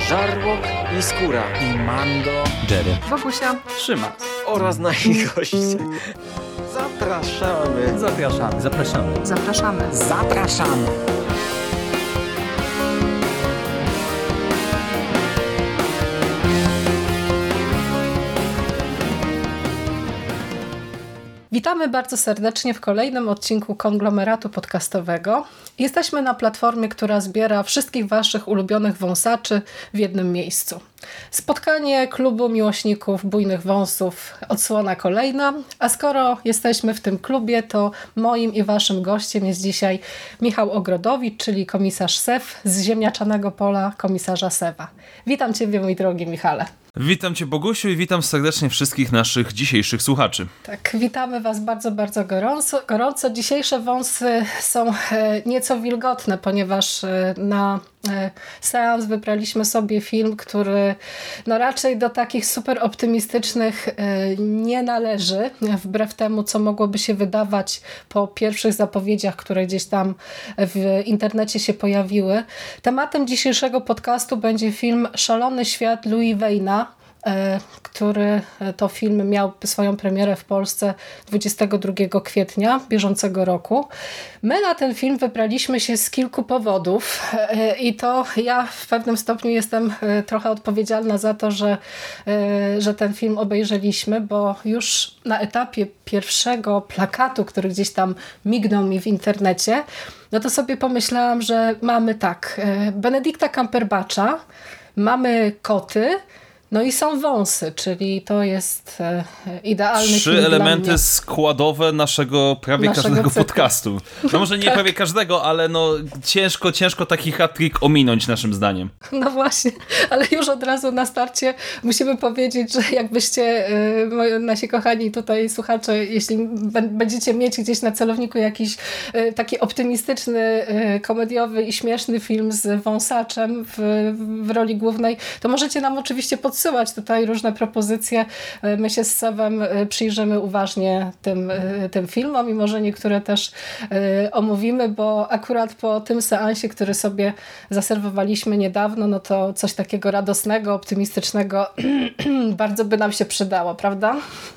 Żarłok i Skóra i Mando, Jerry, Wokusia, Szymas oraz nasi goście. Zapraszamy. Zapraszamy. zapraszamy. zapraszamy. Zapraszamy. Witamy bardzo serdecznie w kolejnym odcinku Konglomeratu Podcastowego. Jesteśmy na platformie, która zbiera wszystkich waszych ulubionych wąsaczy w jednym miejscu. Spotkanie klubu miłośników bujnych wąsów, odsłona kolejna, a skoro jesteśmy w tym klubie, to moim i waszym gościem jest dzisiaj Michał Ogrodowicz, czyli komisarz SEW z ziemniaczanego pola komisarza Sewa. Witam ciebie, mój drogi Michale. Witam cię, Bogusiu, i witam serdecznie wszystkich naszych dzisiejszych słuchaczy. Tak, witamy was bardzo, bardzo gorąco. Dzisiejsze wąsy są nieco wilgotne, ponieważ na seans wybraliśmy sobie film, który no raczej do takich super optymistycznych nie należy, wbrew temu, co mogłoby się wydawać po pierwszych zapowiedziach, które gdzieś tam w internecie się pojawiły. Tematem dzisiejszego podcastu będzie film Szalony świat Louis Wane'a, który to film miał swoją premierę w Polsce 22 kwietnia bieżącego roku. My na ten film wybraliśmy się z kilku powodów i to ja w pewnym stopniu jestem trochę odpowiedzialna za to, że ten film obejrzeliśmy, bo już na etapie pierwszego plakatu, który gdzieś tam mignął mi w internecie, no to sobie pomyślałam, że mamy tak, Benedicta Cumberbatcha, mamy koty, no i są wąsy, czyli to jest idealny film. Trzy elementy składowe naszego każdego podcastu. No może nie tak. Prawie każdego, ale no ciężko taki hat-trick ominąć naszym zdaniem. No właśnie, ale już od razu na starcie musimy powiedzieć, że jakbyście, nasi kochani tutaj słuchacze, jeśli będziecie mieć gdzieś na celowniku jakiś taki optymistyczny, komediowy i śmieszny film z wąsaczem w roli głównej, to możecie nam oczywiście podsyłać tutaj różne propozycje. My się z Sewem przyjrzymy uważnie tym filmom i może niektóre też omówimy, bo akurat po tym seansie, który sobie zaserwowaliśmy niedawno, no to coś takiego radosnego, optymistycznego bardzo by nam się przydało, prawda?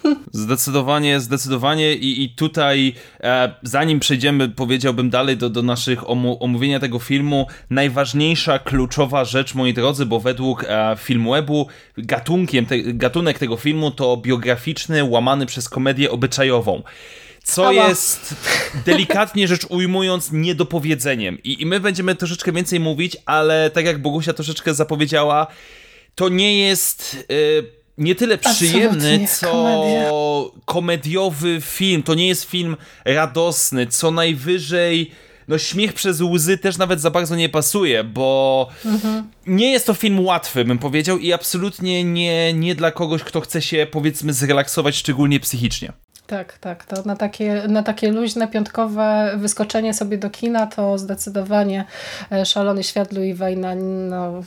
Zdecydowanie i tutaj zanim przejdziemy, powiedziałbym dalej do naszych omówienia tego filmu, kluczowa rzecz, moi drodzy, bo według Filmwebu gatunek tego filmu to biograficzny, łamany przez komedię obyczajową. Co jest, delikatnie rzecz ujmując, niedopowiedzeniem. I my będziemy troszeczkę więcej mówić, ale tak jak Bogusia troszeczkę zapowiedziała, to nie jest nie tyle przyjemny, co komediowy film. To nie jest film radosny, co najwyżej... No śmiech przez łzy też nawet za bardzo nie pasuje, bo nie jest to film łatwy, bym powiedział, i absolutnie nie dla kogoś, kto chce się, powiedzmy, zrelaksować, szczególnie psychicznie. Tak, to na takie luźne, piątkowe wyskoczenie sobie do kina to zdecydowanie Szalony świat Louis Wane'a no,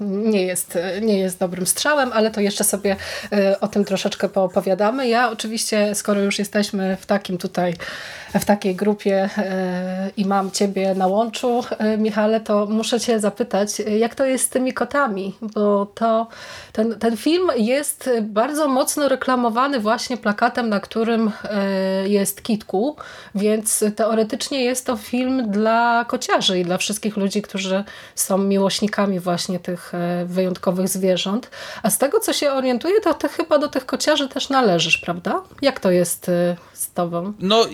nie jest dobrym strzałem, ale to jeszcze sobie o tym troszeczkę poopowiadamy. Ja oczywiście, skoro już jesteśmy w takiej grupie i mam ciebie na łączu, Michale, to muszę cię zapytać, jak to jest z tymi kotami, bo ten film jest bardzo mocno reklamowany właśnie plakatem, na którym jest Kitku, więc teoretycznie jest to film dla kociarzy i dla wszystkich ludzi, którzy są miłośnikami właśnie tych wyjątkowych zwierząt. A z tego, co się orientuję, to ty chyba do tych kociarzy też należysz, prawda? Jak to jest z tobą? No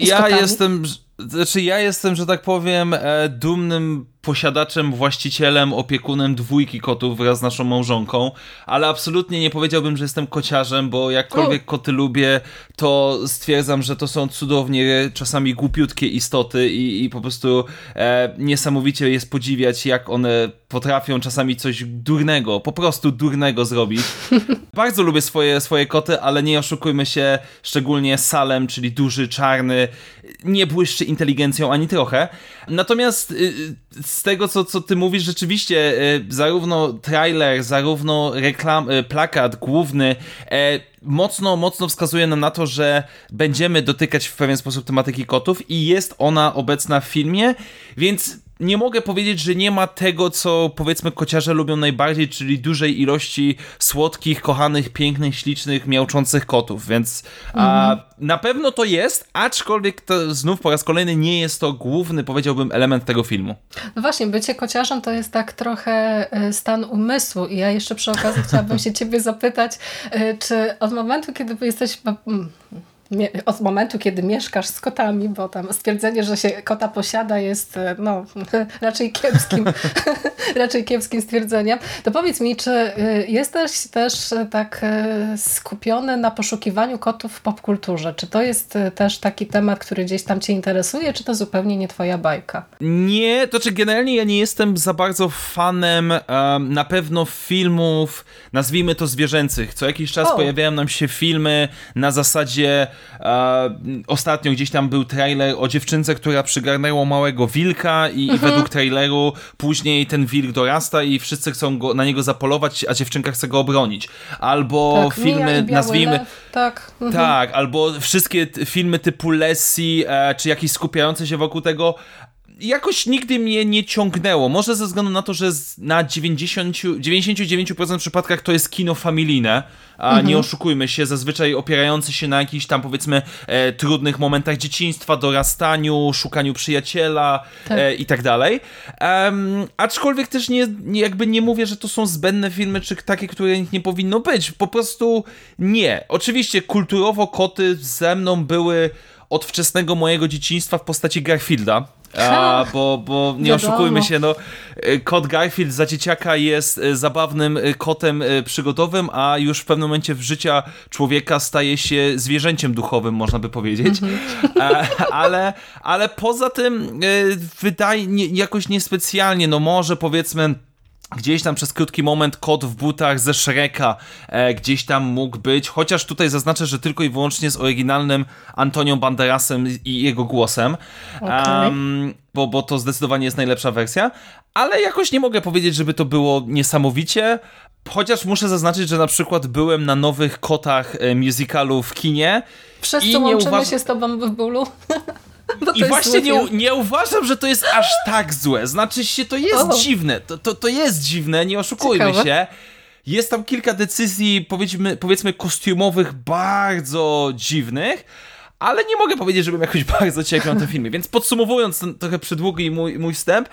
ja jestem, że tak powiem, dumnym posiadaczem, właścicielem, opiekunem 2 kotów wraz z naszą małżonką, ale absolutnie nie powiedziałbym, że jestem kociarzem, bo jakkolwiek koty lubię, to stwierdzam, że to są cudownie, czasami głupiutkie istoty i po prostu niesamowicie jest podziwiać, jak one potrafią czasami coś durnego, po prostu durnego zrobić. Bardzo lubię swoje koty, ale nie oszukujmy się, szczególnie Salem, czyli duży, czarny, nie błyszczy inteligencją ani trochę. Natomiast z tego, co ty mówisz, rzeczywiście zarówno trailer, zarówno plakat główny mocno wskazuje nam na to, że będziemy dotykać w pewien sposób tematyki kotów i jest ona obecna w filmie, więc nie mogę powiedzieć, że nie ma tego, co powiedzmy kociarze lubią najbardziej, czyli dużej ilości słodkich, kochanych, pięknych, ślicznych, miauczących kotów, więc na pewno to jest, aczkolwiek to znów po raz kolejny nie jest to główny, powiedziałbym, element tego filmu. No właśnie, bycie kociarzem to jest tak trochę stan umysłu i ja jeszcze przy okazji chciałabym się ciebie zapytać, czy od momentu, kiedy jesteś... Od momentu, kiedy mieszkasz z kotami, bo tam stwierdzenie, że się kota posiada jest no, raczej kiepskim stwierdzeniem, to powiedz mi, czy jesteś też tak skupiony na poszukiwaniu kotów w popkulturze? Czy to jest też taki temat, który gdzieś tam cię interesuje, czy to zupełnie nie twoja bajka? Nie, to znaczy generalnie ja nie jestem za bardzo fanem na pewno filmów, nazwijmy to zwierzęcych. Co jakiś czas pojawiają nam się filmy na zasadzie ostatnio gdzieś tam był trailer o dziewczynce, która przygarnęła małego wilka i według traileru później ten wilk dorasta i wszyscy chcą na niego zapolować, a dziewczynka chce go obronić. Albo tak, filmy, nazwijmy... Lew, tak. Tak, albo wszystkie filmy typu Lassie, czy jakieś skupiające się wokół tego, jakoś nigdy mnie nie ciągnęło. Może ze względu na to, że na 99% przypadkach to jest kino familijne, a nie oszukujmy się, zazwyczaj opierające się na jakichś tam powiedzmy trudnych momentach dzieciństwa, dorastaniu, szukaniu przyjaciela i tak dalej. Aczkolwiek też nie mówię, że to są zbędne filmy, czy takie, które nie powinno być. Po prostu nie. Oczywiście kulturowo koty ze mną były od wczesnego mojego dzieciństwa w postaci Garfielda. Bo nie oszukujmy się, no, kot Garfield za dzieciaka jest zabawnym kotem przygodowym, a już w pewnym momencie w życia człowieka staje się zwierzęciem duchowym, można by powiedzieć. Ale poza tym jakoś niespecjalnie, no może powiedzmy gdzieś tam przez krótki moment kot w butach ze Shreka gdzieś tam mógł być, chociaż tutaj zaznaczę, że tylko i wyłącznie z oryginalnym Antonią Banderasem i jego głosem, bo to zdecydowanie jest najlepsza wersja, ale jakoś nie mogę powiedzieć, żeby to było niesamowicie, chociaż muszę zaznaczyć, że na przykład byłem na nowych kotach musicalu w kinie. Wszyscy łączymy się z tobą w bólu. I właśnie nie uważam, że to jest aż tak złe. Znaczy się, to jest dziwne. To jest dziwne, nie oszukujmy się. Jest tam kilka decyzji, powiedzmy kostiumowych, bardzo dziwnych, ale nie mogę powiedzieć, żebym jakoś bardzo cierpiał na tym filmie. Więc podsumowując ten trochę przydługi mój wstęp,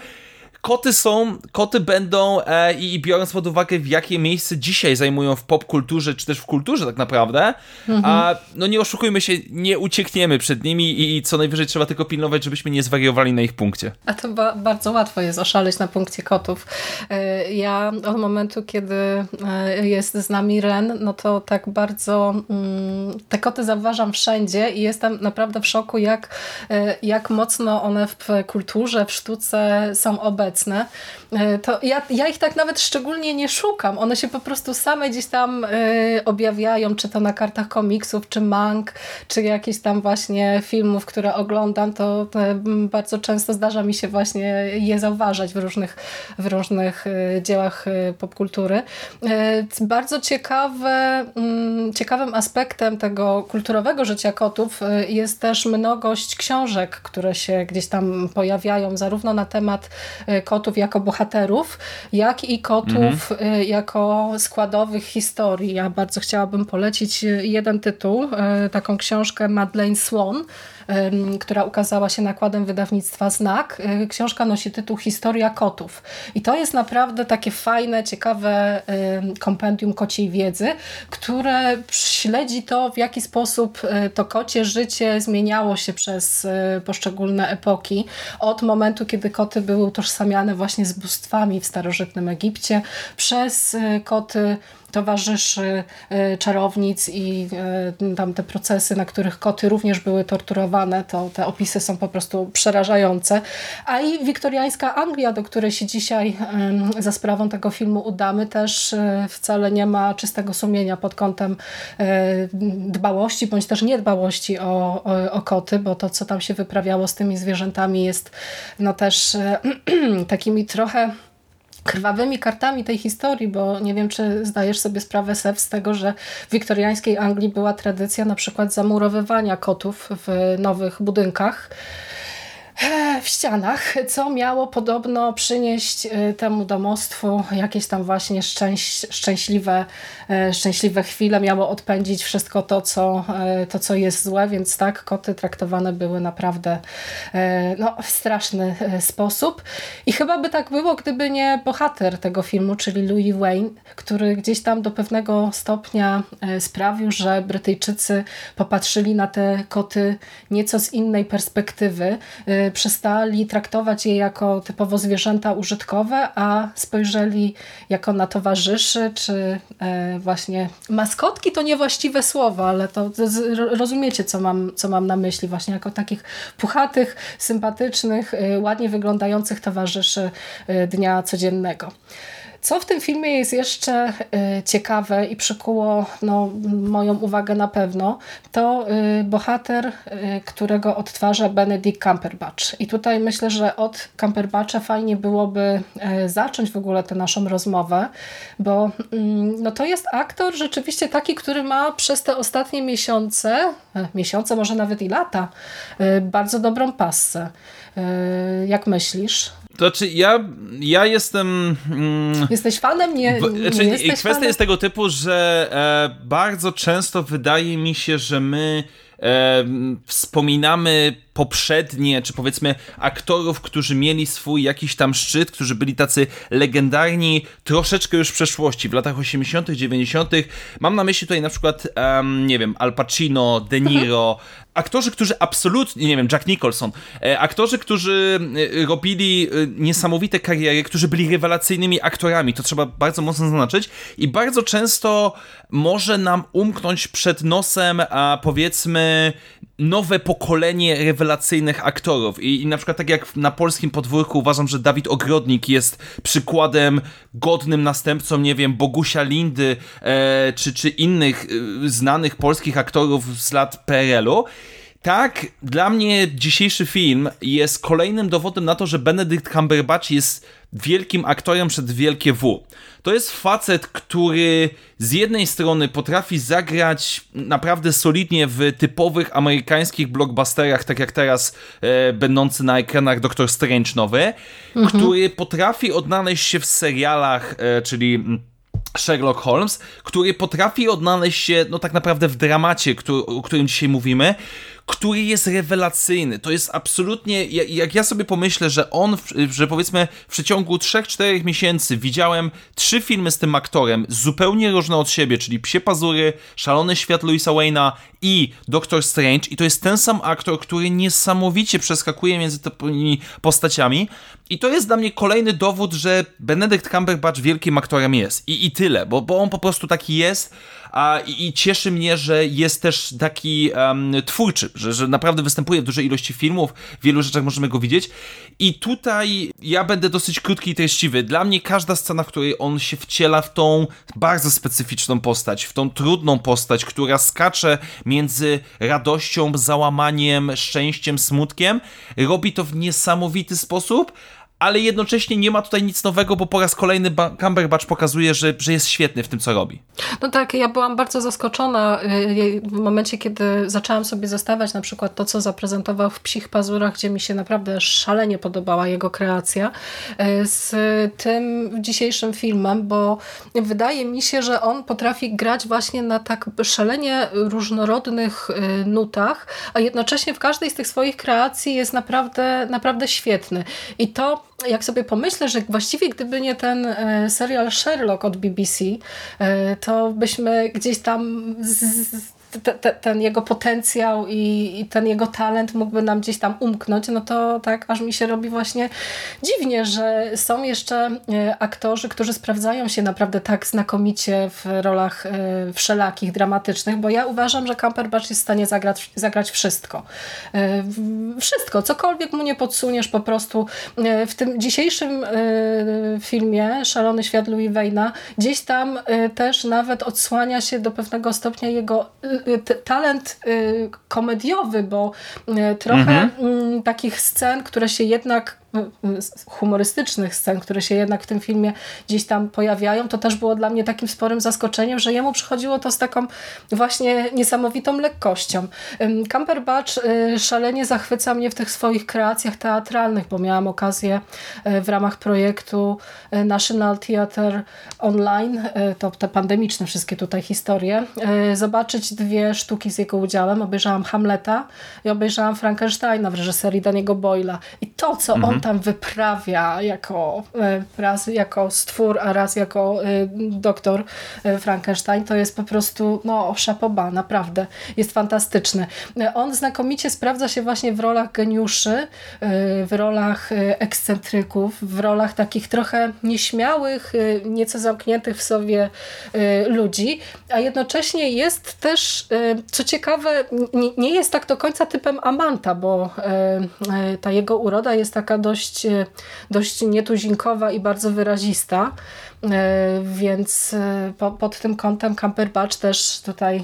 koty będą i biorąc pod uwagę, w jakie miejsce dzisiaj zajmują w popkulturze, czy też w kulturze tak naprawdę, no nie oszukujmy się, nie uciekniemy przed nimi i co najwyżej trzeba tylko pilnować, żebyśmy nie zwariowali na ich punkcie. A to bardzo łatwo jest oszaleć na punkcie kotów. Ja od momentu, kiedy jest z nami Ren, no to tak bardzo te koty zauważam wszędzie i jestem naprawdę w szoku, jak mocno one w kulturze, w sztuce są obecne. To ja ich tak nawet szczególnie nie szukam. One się po prostu same gdzieś tam objawiają, czy to na kartach komiksów, czy mang, czy jakichś tam właśnie filmów, które oglądam, to bardzo często zdarza mi się właśnie je zauważać w różnych dziełach popkultury. Bardzo ciekawym aspektem tego kulturowego życia kotów jest też mnogość książek, które się gdzieś tam pojawiają, zarówno na temat kotów jako bohaterów, jak i kotów jako składowych historii. Ja bardzo chciałabym polecić jeden tytuł, taką książkę Madeleine Swan, która ukazała się nakładem wydawnictwa Znak. Książka nosi tytuł Historia kotów. I to jest naprawdę takie fajne, ciekawe kompendium kociej wiedzy, które śledzi to, w jaki sposób to kocie życie zmieniało się przez poszczególne epoki. Od momentu, kiedy koty były utożsamiane właśnie z bóstwami w starożytnym Egipcie, przez koty towarzyszy czarownic i tam te procesy, na których koty również były torturowane, to te opisy są po prostu przerażające. A i wiktoriańska Anglia, do której się dzisiaj za sprawą tego filmu udamy, też wcale nie ma czystego sumienia pod kątem dbałości, bądź też niedbałości o koty, bo to, co tam się wyprawiało z tymi zwierzętami jest no też takimi trochę krwawymi kartami tej historii, bo nie wiem, czy zdajesz sobie sprawę, Sef, z tego, że w wiktoriańskiej Anglii była tradycja na przykład zamurowywania kotów w nowych budynkach. w ścianach, co miało podobno przynieść temu domostwu jakieś tam właśnie szczęśliwe chwile, miało odpędzić wszystko to, co jest złe, więc tak, koty traktowane były naprawdę w straszny sposób. I chyba by tak było, gdyby nie bohater tego filmu, czyli Louis Wayne, który gdzieś tam do pewnego stopnia sprawił, że Brytyjczycy popatrzyli na te koty nieco z innej perspektywy, przestali traktować je jako typowo zwierzęta użytkowe, a spojrzeli jako na towarzyszy, czy właśnie maskotki to niewłaściwe słowo, ale to rozumiecie, co mam na myśli, właśnie jako takich puchatych, sympatycznych, ładnie wyglądających towarzyszy dnia codziennego. Co w tym filmie jest jeszcze ciekawe i przykuło moją uwagę na pewno, to bohater, którego odtwarza Benedict Cumberbatch. I tutaj myślę, że od Cumberbatcha fajnie byłoby zacząć w ogóle tę naszą rozmowę, bo to jest aktor rzeczywiście taki, który ma przez te ostatnie miesiące, może nawet i lata, bardzo dobrą passę. Jak myślisz? To znaczy, ja jestem... Jesteś fanem? Nie jesteś kwestia fanem? jest tego typu, że bardzo często wydaje mi się, że my wspominamy poprzednie, czy powiedzmy aktorów, którzy mieli swój jakiś tam szczyt, którzy byli tacy legendarni troszeczkę już w przeszłości, w latach 80., 90. Mam na myśli tutaj na przykład, Al Pacino, De Niro, aktorzy, którzy absolutnie, Jack Nicholson, aktorzy, którzy robili niesamowite kariery, którzy byli rewelacyjnymi aktorami, to trzeba bardzo mocno zaznaczyć i bardzo często może nam umknąć przed nosem, powiedzmy, nowe pokolenie rewelacyjnych aktorów. I na przykład tak jak na polskim podwórku uważam, że Dawid Ogrodnik jest przykładem godnym następcą, Bogusia Lindy czy innych znanych polskich aktorów z lat PRL-u. Tak, dla mnie dzisiejszy film jest kolejnym dowodem na to, że Benedict Cumberbatch jest wielkim aktorem przed wielkie W. To jest facet, który z jednej strony potrafi zagrać naprawdę solidnie w typowych amerykańskich blockbusterach, tak jak teraz będący na ekranach Doctor Strange nowy, który potrafi odnaleźć się w serialach, czyli Sherlock Holmes, który potrafi odnaleźć się tak naprawdę w dramacie, o którym dzisiaj mówimy, który jest rewelacyjny. To jest absolutnie, jak ja sobie pomyślę, że powiedzmy w przeciągu 3-4 miesięcy widziałem 3 filmy z tym aktorem, zupełnie różne od siebie, czyli Psie Pazury, Szalony świat Louisa Wane'a i Doctor Strange, i to jest ten sam aktor, który niesamowicie przeskakuje między tymi postaciami, i to jest dla mnie kolejny dowód, że Benedict Cumberbatch wielkim aktorem jest. I tyle, bo on po prostu taki jest. I cieszy mnie, że jest też taki twórczy, że naprawdę występuje w dużej ilości filmów, w wielu rzeczach możemy go widzieć. I tutaj ja będę dosyć krótki i treściwy. Dla mnie każda scena, w której on się wciela w tą bardzo specyficzną postać, w tą trudną postać, która skacze między radością, załamaniem, szczęściem, smutkiem, robi to w niesamowity sposób, ale jednocześnie nie ma tutaj nic nowego, bo po raz kolejny Cumberbatch pokazuje, że jest świetny w tym, co robi. No tak, ja byłam bardzo zaskoczona w momencie, kiedy zaczęłam sobie zestawiać na przykład to, co zaprezentował w Psich Pazurach, gdzie mi się naprawdę szalenie podobała jego kreacja, z tym dzisiejszym filmem, bo wydaje mi się, że on potrafi grać właśnie na tak szalenie różnorodnych nutach, a jednocześnie w każdej z tych swoich kreacji jest naprawdę świetny. I to, jak sobie pomyślę, że właściwie gdyby nie ten serial Sherlock od BBC, to byśmy gdzieś tam ten jego potencjał i ten jego talent mógłby nam gdzieś tam umknąć, no to tak aż mi się robi właśnie dziwnie, że są jeszcze aktorzy, którzy sprawdzają się naprawdę tak znakomicie w rolach wszelakich, dramatycznych, bo ja uważam, że Cumberbatch jest w stanie zagrać wszystko. Wszystko, cokolwiek mu nie podsuniesz po prostu. W tym dzisiejszym filmie Szalony świat Louis Wane'a gdzieś tam też nawet odsłania się do pewnego stopnia jego talent komediowy, bo trochę takich scen, które się jednak humorystycznych scen, które się jednak w tym filmie gdzieś tam pojawiają, to też było dla mnie takim sporym zaskoczeniem, że jemu przychodziło to z taką właśnie niesamowitą lekkością. Cumberbatch szalenie zachwyca mnie w tych swoich kreacjach teatralnych, bo miałam okazję w ramach projektu National Theatre Online, to te pandemiczne wszystkie tutaj historie, zobaczyć 2 sztuki z jego udziałem. Obejrzałam Hamleta i obejrzałam Frankensteina w reżyserii Danny'ego Boyla. I to, co on tam wyprawia raz jako stwór, a raz jako doktor Frankenstein, to jest po prostu chapeau bas, naprawdę. Jest fantastyczny. On znakomicie sprawdza się właśnie w rolach geniuszy, w rolach ekscentryków, w rolach takich trochę nieśmiałych, nieco zamkniętych w sobie ludzi, a jednocześnie jest też, co ciekawe, nie jest tak do końca typem amanta, bo ta jego uroda jest taka dość nietuzinkowa i bardzo wyrazista, więc pod tym kątem Cumberbatch też tutaj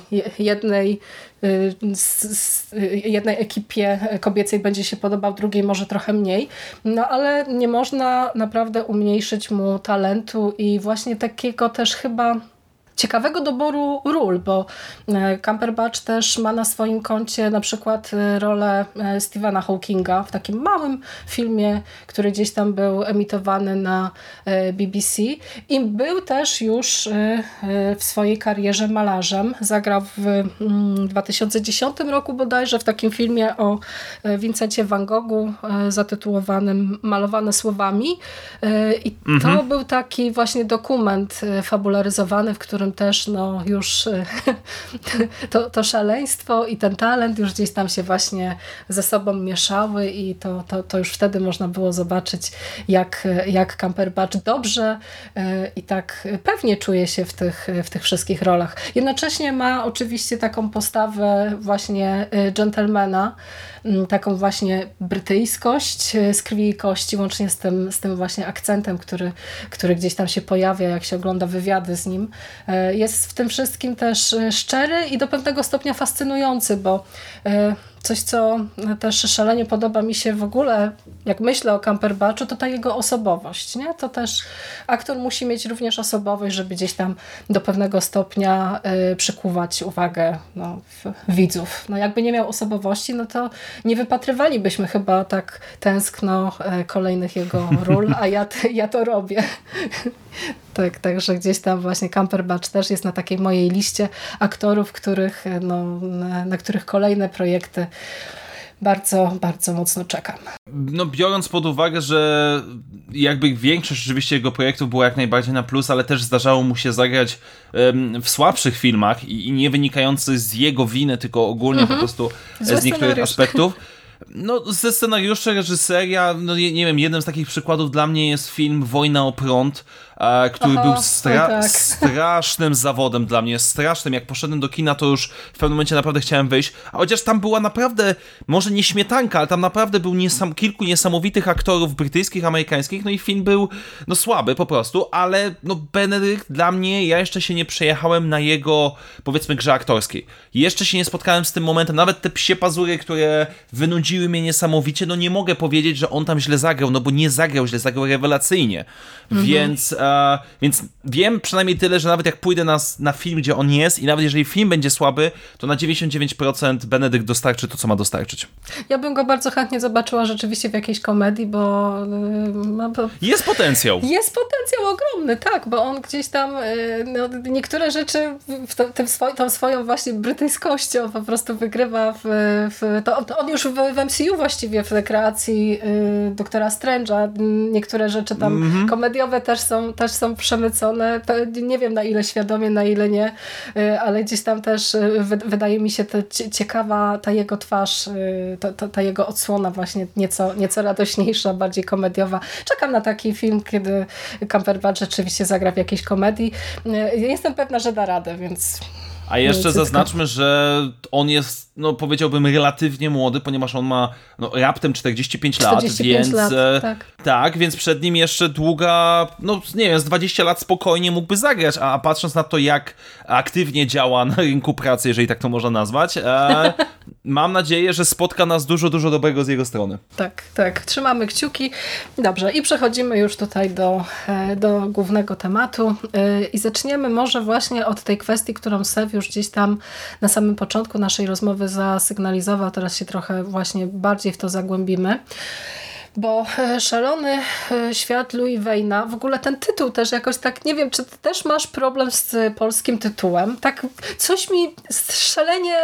jednej ekipie kobiecej będzie się podobał, drugiej może trochę mniej, ale nie można naprawdę umniejszyć mu talentu i właśnie takiego też chyba ciekawego doboru ról, bo Cumberbatch też ma na swoim koncie na przykład rolę Stephena Hawkinga w takim małym filmie, który gdzieś tam był emitowany na BBC i był też już w swojej karierze malarzem. Zagrał w 2010 roku bodajże w takim filmie o Vincencie van Goghu zatytułowanym Malowane słowami i to był taki właśnie dokument fabularyzowany, w którym też już to szaleństwo i ten talent już gdzieś tam się właśnie ze sobą mieszały i to już wtedy można było zobaczyć, jak Cumberbatch dobrze i tak pewnie czuje się w tych wszystkich rolach. Jednocześnie ma oczywiście taką postawę właśnie gentlemana, taką właśnie brytyjskość z krwi i kości, łącznie z tym właśnie akcentem, który gdzieś tam się pojawia, jak się ogląda wywiady z nim. Jest w tym wszystkim też szczery i do pewnego stopnia fascynujący, bo coś, co też szalenie podoba mi się w ogóle, jak myślę o Cumberbatchu, to ta jego osobowość. Nie? To też aktor musi mieć również osobowość, żeby gdzieś tam do pewnego stopnia przykuwać uwagę widzów. Jakby nie miał osobowości, to nie wypatrywalibyśmy chyba tak tęskno kolejnych jego ról, a ja to robię. Tak, także gdzieś tam właśnie Cumberbatch też jest na takiej mojej liście aktorów, na których kolejne projekty bardzo, bardzo mocno czekam. Biorąc pod uwagę, że jakby większość rzeczywiście jego projektów była jak najbardziej na plus, ale też zdarzało mu się zagrać w słabszych filmach i nie wynikających z jego winy, tylko ogólnie po prostu z niektórych aspektów. Ze scenariuszy, reżyseria, nie wiem, jednym z takich przykładów dla mnie jest film Wojna o prąd, który był strasznym zawodem dla mnie, strasznym. Jak poszedłem do kina, to już w pewnym momencie naprawdę chciałem wyjść, a chociaż tam była naprawdę, może nie śmietanka, ale tam naprawdę był kilku niesamowitych aktorów brytyjskich, amerykańskich, i film był słaby po prostu, ale Benedict dla mnie, ja jeszcze się nie przejechałem na jego, powiedzmy, grze aktorskiej. Jeszcze się nie spotkałem z tym momentem, nawet te psie pazury, które wynudziły mnie niesamowicie, nie mogę powiedzieć, że on tam źle zagrał, bo nie zagrał źle, zagrał rewelacyjnie. Więc wiem przynajmniej tyle, że nawet jak pójdę na film, gdzie on jest i nawet jeżeli film będzie słaby, to na 99% Benedict dostarczy to, co ma dostarczyć. Ja bym go bardzo chętnie zobaczyła rzeczywiście w jakiejś komedii, bo jest potencjał. Jest potencjał ogromny, tak, bo on gdzieś tam niektóre rzeczy tą swoją właśnie brytyjskością po prostu wygrywa to on już w MCU właściwie w kreacji Doktora Strange'a niektóre rzeczy tam komediowe też są przemycone. Nie wiem, na ile świadomie, na ile nie, ale gdzieś tam też wydaje mi się ciekawa ta jego twarz, ta jego odsłona właśnie nieco radośniejsza, bardziej komediowa. Czekam na taki film, kiedy Cumberbatch rzeczywiście zagra w jakiejś komedii. Jestem pewna, że da radę, więc... A jeszcze zaznaczmy, że on jest no powiedziałbym, relatywnie młody, ponieważ on ma raptem 45 lat, 45 więc lat, tak. Tak, więc przed nim jeszcze długa, no nie wiem, z 20 lat spokojnie mógłby zagrać, a patrząc na to, jak aktywnie działa na rynku pracy, jeżeli tak to można nazwać, mam nadzieję, że spotka nas dużo, dużo dobrego z jego strony. Tak, trzymamy kciuki. Dobrze, i przechodzimy już tutaj do głównego tematu i zaczniemy może właśnie od tej kwestii, którą Sev już gdzieś tam na samym początku naszej rozmowy zasygnalizował, teraz się trochę właśnie bardziej w to zagłębimy. Bo Szalony świat Louis Wane'a, w ogóle ten tytuł też jakoś tak, nie wiem, czy ty też masz problem z polskim tytułem? Tak coś mi szalenie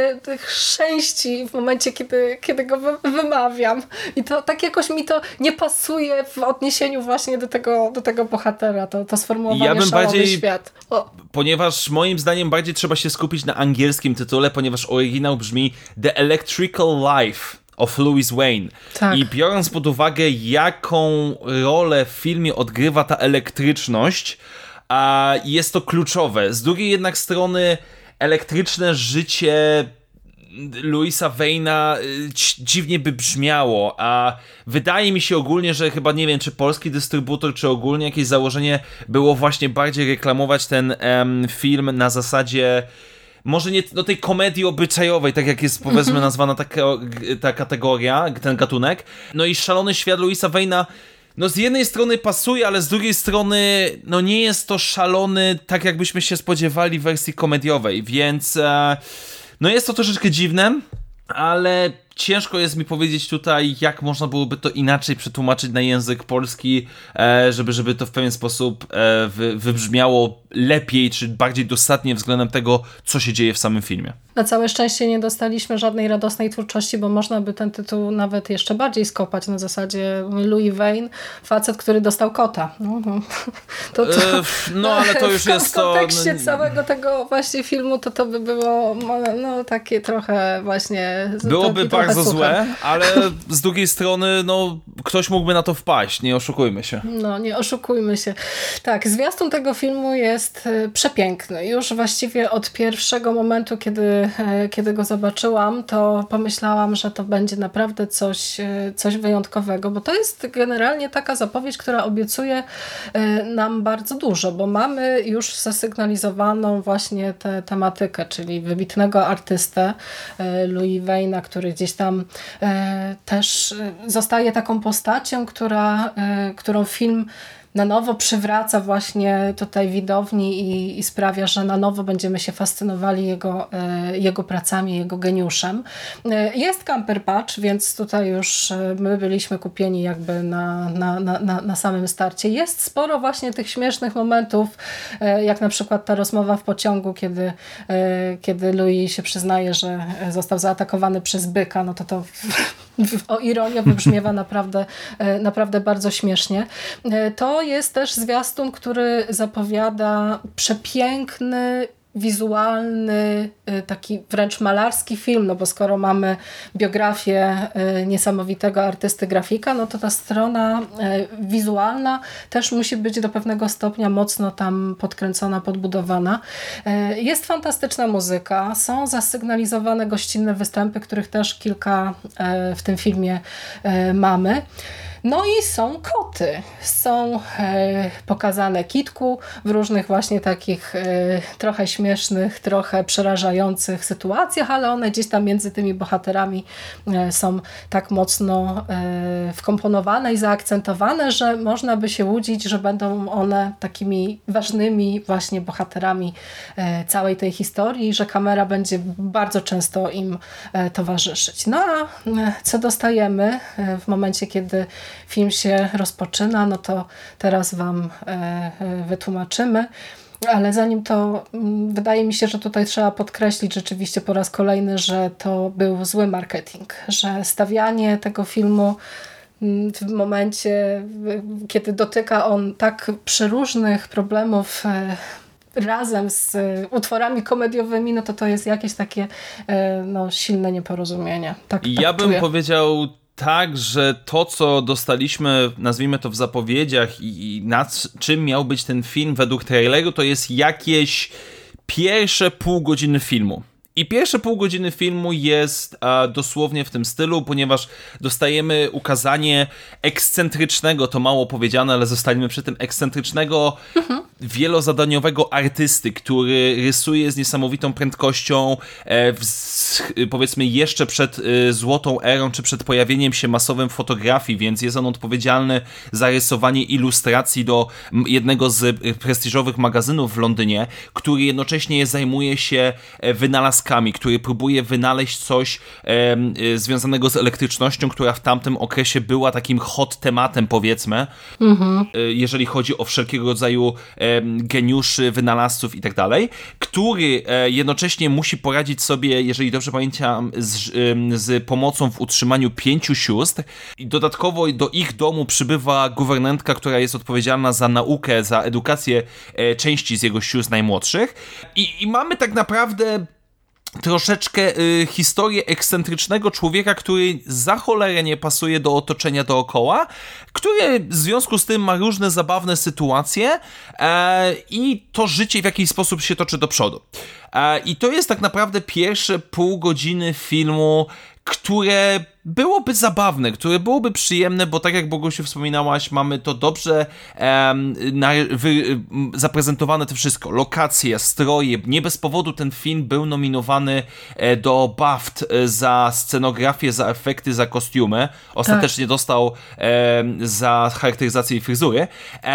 chrzęści w momencie, kiedy go wymawiam. I to tak jakoś mi to nie pasuje w odniesieniu właśnie do tego bohatera, to sformułowanie ja bym Szalony bardziej, świat. Ponieważ moim zdaniem bardziej trzeba się skupić na angielskim tytule, ponieważ oryginał brzmi The Electrical Life of Louis Wayne. Tak. I biorąc pod uwagę, jaką rolę w filmie odgrywa ta elektryczność, jest to kluczowe. Z drugiej jednak strony elektryczne życie Louisa Wane'a dziwnie by brzmiało, a wydaje mi się ogólnie, że chyba nie wiem, czy polski dystrybutor, czy ogólnie jakieś założenie było właśnie bardziej reklamować ten film na zasadzie może nie tej komedii obyczajowej, tak jak jest powiedzmy nazwana ta kategoria, ten gatunek. No i Szalony świat Louisa Wane'a z jednej strony pasuje, ale z drugiej strony nie jest to szalony tak jakbyśmy się spodziewali w wersji komediowej, więc jest to troszeczkę dziwne, ale ciężko jest mi powiedzieć tutaj, jak można byłoby to inaczej przetłumaczyć na język polski, żeby to w pewien sposób wybrzmiało lepiej, czy bardziej dosadnie względem tego, co się dzieje w samym filmie. Na całe szczęście nie dostaliśmy żadnej radosnej twórczości, bo można by ten tytuł nawet jeszcze bardziej skopać na zasadzie Louis Wayne, facet, który dostał kota. Ale to już jest to... W kontekście całego tego właśnie filmu to by było takie trochę właśnie... Byłoby bardzo złe, ale z drugiej strony ktoś mógłby na to wpaść, nie oszukujmy się. Nie oszukujmy się. Tak, zwiastun tego filmu jest przepiękny. Już właściwie od pierwszego momentu, kiedy go zobaczyłam, to pomyślałam, że to będzie naprawdę coś wyjątkowego, bo to jest generalnie taka zapowiedź, która obiecuje nam bardzo dużo, bo mamy już zasygnalizowaną właśnie tę tematykę, czyli wybitnego artystę Louis Wane'a, który gdzieś tam też zostaje taką postacią, którą film na nowo przywraca właśnie tutaj widowni i sprawia, że na nowo będziemy się fascynowali jego pracami, jego geniuszem. Jest Cumberbatch, więc tutaj już my byliśmy kupieni jakby na samym starcie. Jest sporo właśnie tych śmiesznych momentów, jak na przykład ta rozmowa w pociągu, kiedy Louis się przyznaje, że został zaatakowany przez byka, to o ironię wybrzmiewa naprawdę bardzo śmiesznie. To jest też zwiastun, który zapowiada przepiękny, wizualny, taki wręcz malarski film, bo skoro mamy biografię niesamowitego artysty grafika, to ta strona wizualna też musi być do pewnego stopnia mocno tam podkręcona, podbudowana. Jest fantastyczna muzyka, są zasygnalizowane gościnne występy, których też kilka w tym filmie mamy. I są koty. Są pokazane kitku w różnych właśnie takich trochę śmiesznych, trochę przerażających sytuacjach, ale one gdzieś tam między tymi bohaterami są tak mocno wkomponowane i zaakcentowane, że można by się łudzić, że będą one takimi ważnymi właśnie bohaterami całej tej historii, że kamera będzie bardzo często im towarzyszyć. A co dostajemy w momencie, kiedy film się rozpoczyna, to teraz wam wytłumaczymy. Ale zanim to, wydaje mi się, że tutaj trzeba podkreślić rzeczywiście po raz kolejny, że to był zły marketing, że stawianie tego filmu w momencie, kiedy dotyka on tak przeróżnych problemów razem z utworami komediowymi, to jest jakieś takie silne nieporozumienie. Tak ja bym czuję. powiedział tak, że to, co dostaliśmy, nazwijmy to w zapowiedziach i nad czym miał być ten film według traileru, to jest jakieś pierwsze pół godziny filmu. I pierwsze pół godziny filmu jest dosłownie w tym stylu, ponieważ dostajemy ukazanie ekscentrycznego, to mało powiedziane, ale zostaniemy przy tym, ekscentrycznego, wielozadaniowego artysty, który rysuje z niesamowitą prędkością, powiedzmy jeszcze przed złotą erą, czy przed pojawieniem się masowym fotografii, więc jest on odpowiedzialny za rysowanie ilustracji do jednego z prestiżowych magazynów w Londynie, który jednocześnie zajmuje się wynalazkami, który próbuje wynaleźć coś związanego z elektrycznością, która w tamtym okresie była takim hot tematem, powiedzmy, jeżeli chodzi o wszelkiego rodzaju geniuszy, wynalazców i tak dalej, który jednocześnie musi poradzić sobie, jeżeli dobrze pamiętam, z pomocą w utrzymaniu 5 sióstr i dodatkowo do ich domu przybywa guwernantka, która jest odpowiedzialna za naukę, za edukację części z jego sióstr najmłodszych i mamy tak naprawdę troszeczkę historię ekscentrycznego człowieka, który za cholerę nie pasuje do otoczenia dookoła, który w związku z tym ma różne zabawne sytuacje i to życie w jakiś sposób się toczy do przodu. I to jest tak naprawdę pierwsze pół godziny filmu, które byłoby zabawne, które byłoby przyjemne, bo tak jak Bogusiu wspominałaś, mamy to dobrze zaprezentowane to wszystko. Lokacje, stroje. Nie bez powodu ten film był nominowany do BAFT za scenografię, za efekty, za kostiumy. Ostatecznie dostał za charakteryzację i fryzury.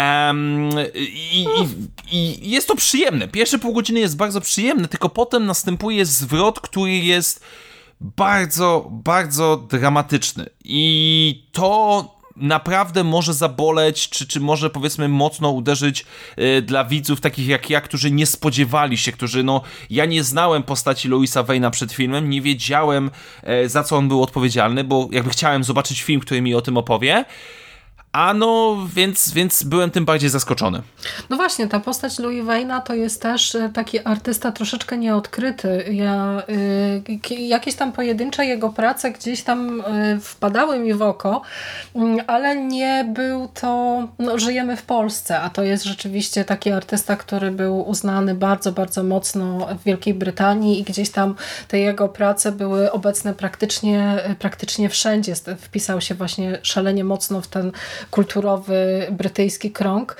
I jest to przyjemne. Pierwsze pół godziny jest bardzo przyjemne, tylko potem następuje zwrot, który jest bardzo, bardzo dramatyczny i to naprawdę może zaboleć, czy może powiedzmy mocno uderzyć dla widzów takich jak ja, którzy nie spodziewali się, którzy ja nie znałem postaci Louisa Wane'a przed filmem, nie wiedziałem za co on był odpowiedzialny, bo jakby chciałem zobaczyć film, który mi o tym opowie. Więc byłem tym bardziej zaskoczony. No właśnie, ta postać Louis Wane'a to jest też taki artysta troszeczkę nieodkryty. Jakieś tam pojedyncze jego prace gdzieś tam wpadały mi w oko, ale nie był to... żyjemy w Polsce, a to jest rzeczywiście taki artysta, który był uznany bardzo, bardzo mocno w Wielkiej Brytanii i gdzieś tam te jego prace były obecne praktycznie wszędzie. Wpisał się właśnie szalenie mocno w ten kulturowy brytyjski krąg.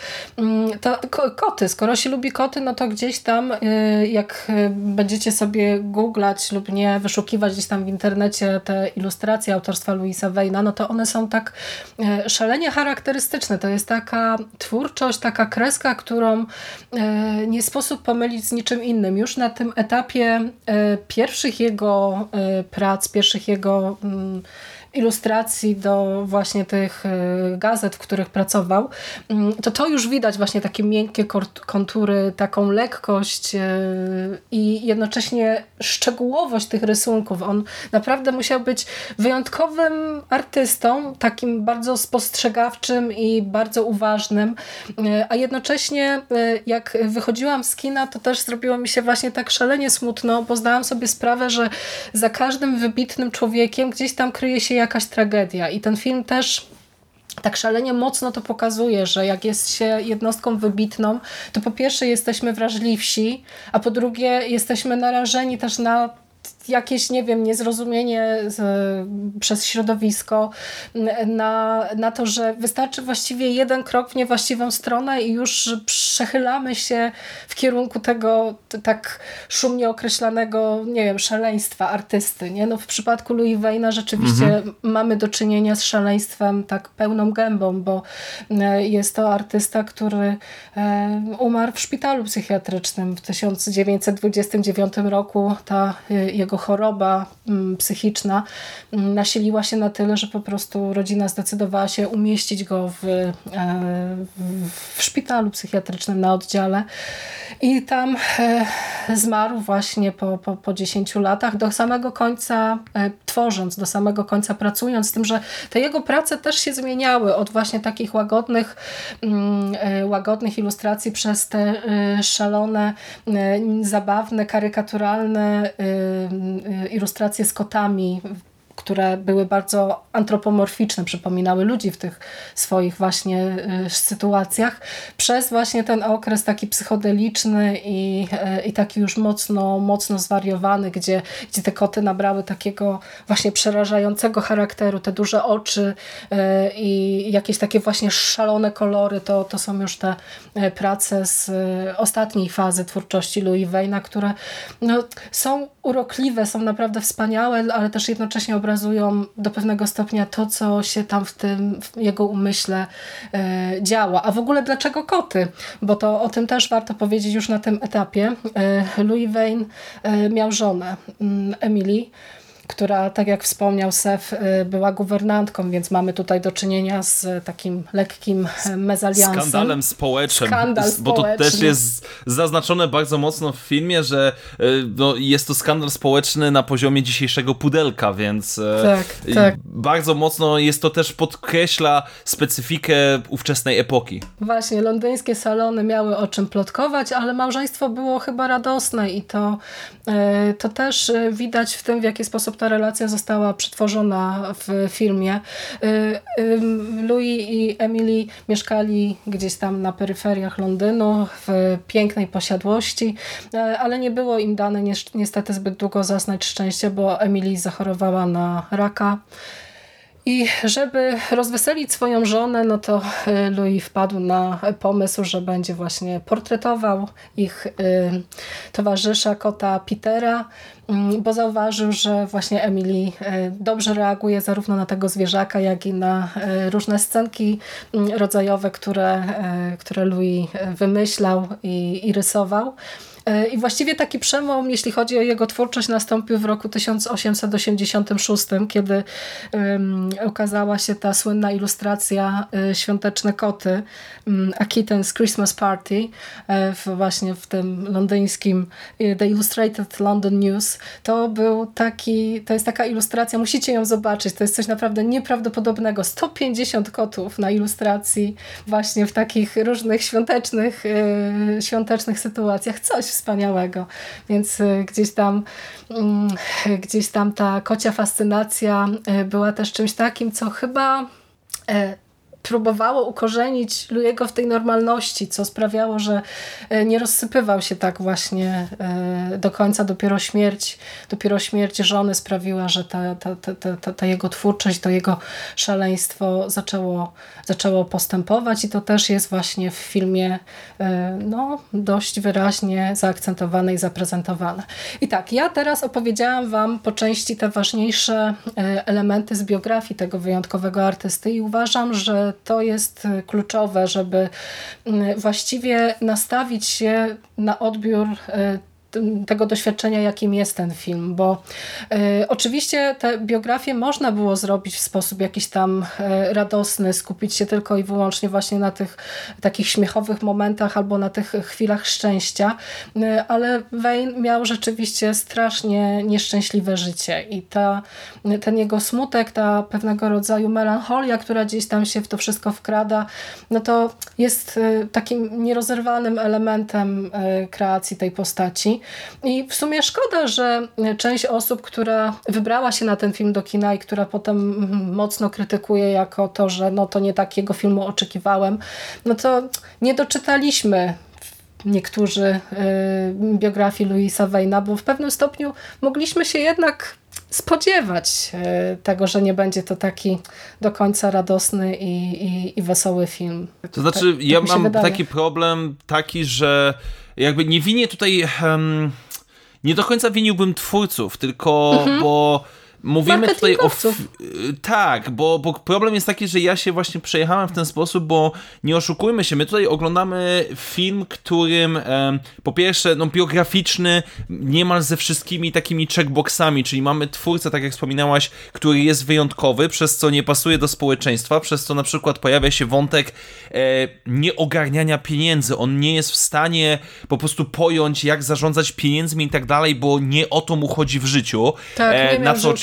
Koty, skoro się lubi koty, no to gdzieś tam jak będziecie sobie googlać lub nie, wyszukiwać gdzieś tam w internecie te ilustracje autorstwa Louisa Wane'a, no to one są tak szalenie charakterystyczne. To jest taka twórczość, taka kreska, którą nie sposób pomylić z niczym innym. Już na tym etapie pierwszych jego prac, pierwszych jego ilustracji do właśnie tych gazet, w których pracował, to już widać właśnie takie miękkie kontury, taką lekkość i jednocześnie szczegółowość tych rysunków. On naprawdę musiał być wyjątkowym artystą, takim bardzo spostrzegawczym i bardzo uważnym, a jednocześnie jak wychodziłam z kina, to też zrobiło mi się właśnie tak szalenie smutno, bo zdałam sobie sprawę, że za każdym wybitnym człowiekiem gdzieś tam kryje się jakaś tragedia i ten film też tak szalenie mocno to pokazuje, że jak jest się jednostką wybitną, to po pierwsze jesteśmy wrażliwsi, a po drugie jesteśmy narażeni też na jakieś, nie wiem, niezrozumienie przez środowisko, na to, że wystarczy właściwie jeden krok w niewłaściwą stronę i już przechylamy się w kierunku tego tak szumnie określanego, nie wiem, szaleństwa artysty. Nie? No, w przypadku Louis Wane'a rzeczywiście mamy do czynienia z szaleństwem tak pełną gębą, bo jest to artysta, który umarł w szpitalu psychiatrycznym w 1929 roku. Ta jego choroba psychiczna nasiliła się na tyle, że po prostu rodzina zdecydowała się umieścić go w szpitalu psychiatrycznym na oddziale i tam zmarł właśnie po 10 latach, do samego końca tworząc, do samego końca pracując, z tym, że te jego prace też się zmieniały od właśnie takich łagodnych ilustracji przez te szalone, zabawne, karykaturalne ilustracje z kotami, które były bardzo antropomorficzne, przypominały ludzi w tych swoich właśnie sytuacjach, przez właśnie ten okres taki psychodeliczny i taki już mocno zwariowany, gdzie te koty nabrały takiego właśnie przerażającego charakteru, te duże oczy i jakieś takie właśnie szalone kolory, to są już te prace z ostatniej fazy twórczości Louis Wane'a, które są urokliwe, są naprawdę wspaniałe, ale też jednocześnie obrazują do pewnego stopnia to, co się tam w jego umyśle działa. A w ogóle dlaczego koty? Bo to o tym też warto powiedzieć już na tym etapie. Louis Wayne miał żonę, Emily, która, tak jak wspomniał Sef, była guwernantką, więc mamy tutaj do czynienia z takim lekkim mezaliansem. Skandalem społecznym. Bo to też jest zaznaczone bardzo mocno w filmie, że jest to skandal społeczny na poziomie dzisiejszego pudelka, więc tak. bardzo mocno jest to też podkreśla specyfikę ówczesnej epoki. Właśnie, londyńskie salony miały o czym plotkować, ale małżeństwo było chyba radosne i to też widać w tym, w jaki sposób ta relacja została przetworzona w filmie. Louis i Emily mieszkali gdzieś tam na peryferiach Londynu w pięknej posiadłości, ale nie było im dane niestety zbyt długo zaznać szczęścia, bo Emily zachorowała na raka. I żeby rozweselić swoją żonę, no to Louis wpadł na pomysł, że będzie właśnie portretował ich towarzysza, kota Petera, bo zauważył, że właśnie Emily dobrze reaguje zarówno na tego zwierzaka, jak i na różne scenki rodzajowe, które Louis wymyślał i rysował. I właściwie taki przełom, jeśli chodzi o jego twórczość, nastąpił w roku 1886, kiedy ukazała się ta słynna ilustracja Świąteczne koty, A Kitten's Christmas Party, właśnie w tym londyńskim The Illustrated London News. To jest taka ilustracja, musicie ją zobaczyć, to jest coś naprawdę nieprawdopodobnego. 150 kotów na ilustracji właśnie w takich różnych świątecznych sytuacjach. Coś wspaniałego. Więc gdzieś tam ta kocia fascynacja była też czymś takim, co chyba próbowało ukorzenić Louis'ego w tej normalności, co sprawiało, że nie rozsypywał się tak właśnie do końca. Dopiero śmierć żony sprawiła, że ta jego twórczość, to jego szaleństwo zaczęło postępować i to też jest właśnie w filmie dość wyraźnie zaakcentowane i zaprezentowane. I tak, ja teraz opowiedziałam wam po części te ważniejsze elementy z biografii tego wyjątkowego artysty i uważam, że to jest kluczowe, żeby właściwie nastawić się na odbiór tego doświadczenia, jakim jest ten film, bo oczywiście tę biografię można było zrobić w sposób jakiś tam radosny, skupić się tylko i wyłącznie właśnie na tych takich śmiechowych momentach albo na tych chwilach szczęścia, ale Wayne miał rzeczywiście strasznie nieszczęśliwe życie i ten jego smutek, ta pewnego rodzaju melancholia, która gdzieś tam się w to wszystko wkrada, no to jest takim nierozerwalnym elementem kreacji tej postaci. I w sumie szkoda, że część osób, która wybrała się na ten film do kina i która potem mocno krytykuje jako to, że to nie takiego filmu oczekiwałem, no to nie doczytaliśmy niektórzy biografii Louisa Wane'a, bo w pewnym stopniu mogliśmy się jednak spodziewać tego, że nie będzie to taki do końca radosny i wesoły film. To znaczy, ja mam taki problem, że jakby nie winię tutaj, nie do końca winiłbym twórców, tylko bo mówimy tutaj o... Tak, bo problem jest taki, że ja się właśnie przejechałem w ten sposób, bo nie oszukujmy się, my tutaj oglądamy film, którym po pierwsze biograficzny niemal ze wszystkimi takimi checkboxami, czyli mamy twórcę, tak jak wspominałaś, który jest wyjątkowy, przez co nie pasuje do społeczeństwa, przez co na przykład pojawia się wątek nieogarniania pieniędzy. On nie jest w stanie po prostu pojąć, jak zarządzać pieniędzmi i tak dalej, bo nie o to mu chodzi w życiu. Tak, nie na co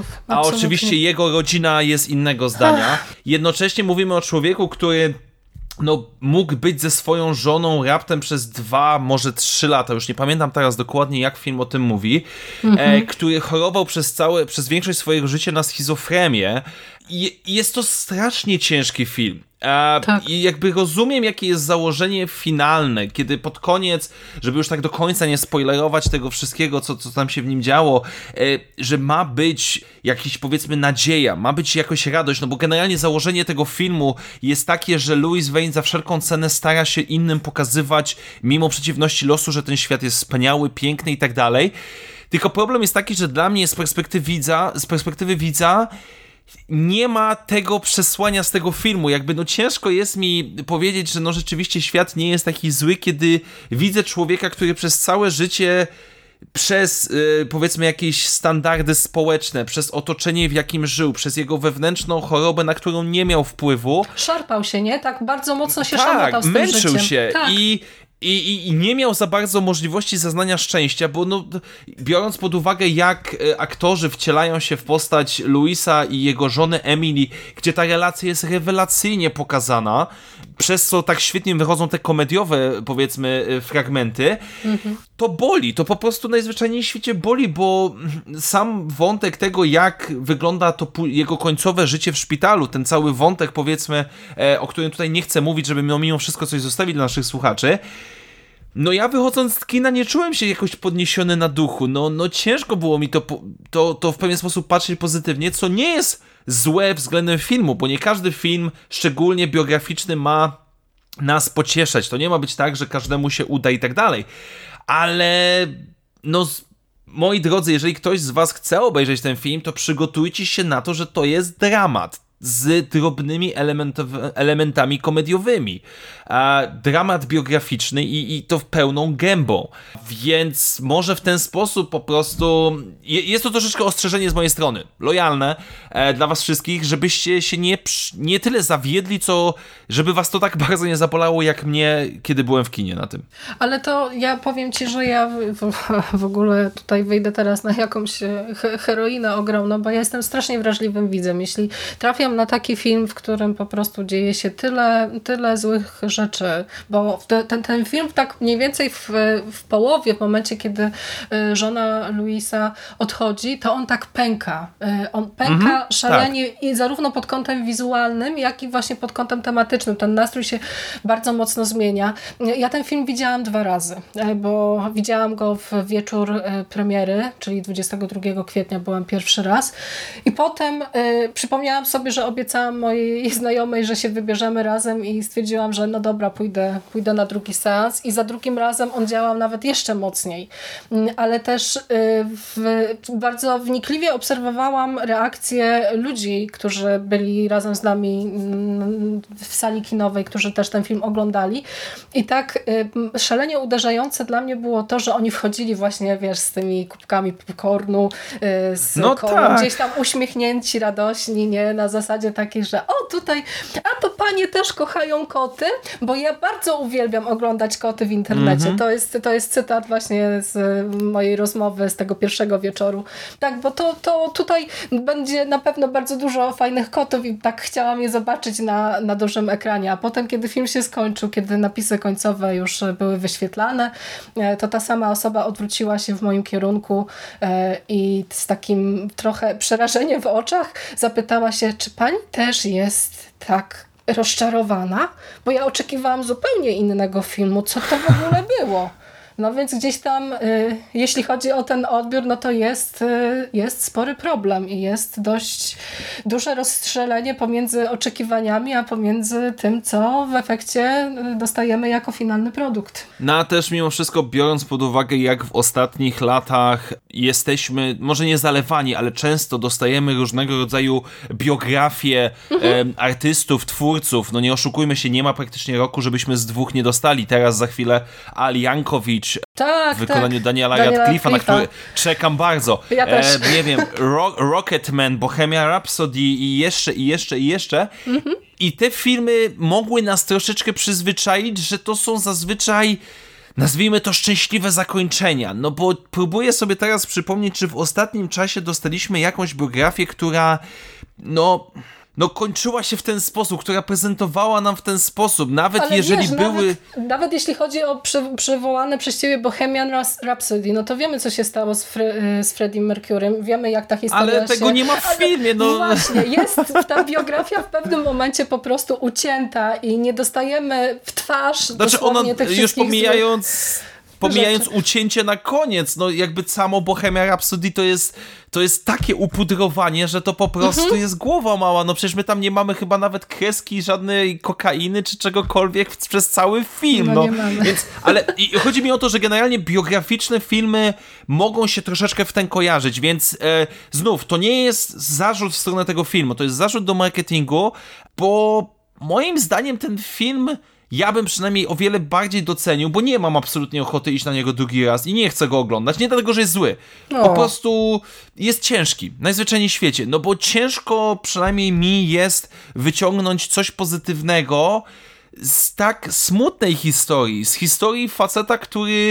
oczywiście jego rodzina jest innego zdania. Jednocześnie mówimy o człowieku, który mógł być ze swoją żoną raptem przez 2, może 3 lata, już nie pamiętam teraz dokładnie, jak film o tym mówi, który chorował przez większość swojego życia na schizofrenię. I jest to strasznie ciężki film. Tak. I jakby rozumiem, jakie jest założenie finalne, kiedy pod koniec, żeby już tak do końca nie spoilerować tego wszystkiego, co tam się w nim działo, że ma być jakiś, powiedzmy, nadzieja, ma być jakoś radość, no bo generalnie założenie tego filmu jest takie, że Louis Wayne za wszelką cenę stara się innym pokazywać, mimo przeciwności losu, że ten świat jest wspaniały, piękny i tak dalej. Tylko problem jest taki, że dla mnie z perspektywy widza nie ma tego przesłania z tego filmu. Jakby ciężko jest mi powiedzieć, że rzeczywiście świat nie jest taki zły, kiedy widzę człowieka, który przez całe życie przez powiedzmy jakieś standardy społeczne, przez otoczenie, w jakim żył, przez jego wewnętrzną chorobę, na którą nie miał wpływu. Szarpał się, nie? Tak bardzo mocno się szarpał z tym życiem. Męczył się tak. I nie miał za bardzo możliwości zaznania szczęścia, bo biorąc pod uwagę, jak aktorzy wcielają się w postać Louisa i jego żony Emily, gdzie ta relacja jest rewelacyjnie pokazana, przez co tak świetnie wychodzą te komediowe, powiedzmy, fragmenty, to boli, to po prostu najzwyczajniej w świecie boli, bo sam wątek tego, jak wygląda to jego końcowe życie w szpitalu, ten cały wątek, powiedzmy, o którym tutaj nie chcę mówić, żeby mimo wszystko coś zostawić dla naszych słuchaczy, ja wychodząc z kina nie czułem się jakoś podniesiony na duchu, ciężko było mi to w pewien sposób patrzeć pozytywnie, co nie jest złe względem filmu, bo nie każdy film, szczególnie biograficzny, ma nas pocieszać, to nie ma być tak, że każdemu się uda i tak dalej, ale moi drodzy, jeżeli ktoś z was chce obejrzeć ten film, to przygotujcie się na to, że to jest dramat z drobnymi elementami komediowymi. Dramat biograficzny i to pełną gębą. Więc może w ten sposób po prostu... Jest to troszeczkę ostrzeżenie z mojej strony. Lojalne dla was wszystkich, żebyście się nie tyle zawiedli, co żeby was to tak bardzo nie zabolało, jak mnie, kiedy byłem w kinie na tym. Ale to ja powiem ci, że ja w ogóle tutaj wyjdę teraz na jakąś heroinę ogromną, bo ja jestem strasznie wrażliwym widzem. Jeśli trafiam na taki film, w którym po prostu dzieje się tyle złych rzeczy, bo ten film tak mniej więcej w połowie, w momencie, kiedy żona Louisa odchodzi, to on tak pęka. On pęka szalenie tak. I zarówno pod kątem wizualnym, jak i właśnie pod kątem tematycznym. Ten nastrój się bardzo mocno zmienia. Ja ten film widziałam 2 razy, bo widziałam go w wieczór premiery, czyli 22 kwietnia byłam pierwszy raz i potem przypomniałam sobie, że obiecałam mojej znajomej, że się wybierzemy razem i stwierdziłam, że no dobra, pójdę na drugi seans i za drugim razem on działał nawet jeszcze mocniej. Ale też bardzo wnikliwie obserwowałam reakcje ludzi, którzy byli razem z nami w sali kinowej, którzy też ten film oglądali i tak szalenie uderzające dla mnie było to, że oni wchodzili właśnie, wiesz, z tymi kubkami popcornu, z kolą, tak. Gdzieś tam uśmiechnięci, radośni, nie? Na zasadzie takiej, że tutaj, a to panie też kochają koty, bo ja bardzo uwielbiam oglądać koty w internecie. To jest cytat właśnie z mojej rozmowy z tego pierwszego wieczoru. Tak, bo to tutaj będzie na pewno bardzo dużo fajnych kotów i tak chciałam je zobaczyć na dużym ekranie. A potem, kiedy film się skończył, kiedy napisy końcowe już były wyświetlane, to ta sama osoba odwróciła się w moim kierunku i z takim trochę przerażeniem w oczach zapytała się, czy pani też jest tak rozczarowana? Bo ja oczekiwałam zupełnie innego filmu. Co to w ogóle było? No więc gdzieś tam, jeśli chodzi o ten odbiór, no to jest spory problem i jest dość duże rozstrzelenie pomiędzy oczekiwaniami, a pomiędzy tym, co w efekcie dostajemy jako finalny produkt. No a też mimo wszystko, biorąc pod uwagę, jak w ostatnich latach jesteśmy, może nie zalewani, ale często dostajemy różnego rodzaju biografie artystów, twórców. No nie oszukujmy się, nie ma praktycznie roku, żebyśmy z 2 nie dostali. Teraz za chwilę Al Jankovic w wykonaniu Daniela Radcliffe'a, na który czekam bardzo. Ja też. Nie wiem, Rocketman, Bohemian Rhapsody i jeszcze. I te filmy mogły nas troszeczkę przyzwyczaić, że to są zazwyczaj, nazwijmy to, szczęśliwe zakończenia. No bo próbuję sobie teraz przypomnieć, czy w ostatnim czasie dostaliśmy jakąś biografię, która no kończyła się w ten sposób, która prezentowała nam w ten sposób, nawet ale jeżeli wiesz, były... Nawet jeśli chodzi o przywołane przez ciebie Bohemian Rhapsody, no to wiemy, co się stało z Freddie Mercurym, wiemy, jak ta historia Ale tego nie ma w filmie, no. Właśnie, jest ta biografia w pewnym momencie po prostu ucięta i nie dostajemy w twarz Znaczy ona, tych już pomijając rzeczy. ucięcie na koniec, no jakby samo Bohemia Rhapsody to jest takie upudrowanie, że to po prostu jest głowa mała, no przecież my tam nie mamy chyba nawet kreski żadnej kokainy czy czegokolwiek przez cały film, No nie mamy. Więc, ale chodzi mi o to, że generalnie biograficzne filmy mogą się troszeczkę w ten kojarzyć, więc znów, to nie jest zarzut w stronę tego filmu, to jest zarzut do marketingu, bo moim zdaniem ten film ja bym przynajmniej o wiele bardziej docenił, bo nie mam absolutnie ochoty iść na niego drugi raz i nie chcę go oglądać. Nie dlatego, że jest zły. Po prostu jest ciężki. Najzwyczajniej w świecie. No bo ciężko przynajmniej mi jest wyciągnąć coś pozytywnego z tak smutnej historii. Z historii faceta, który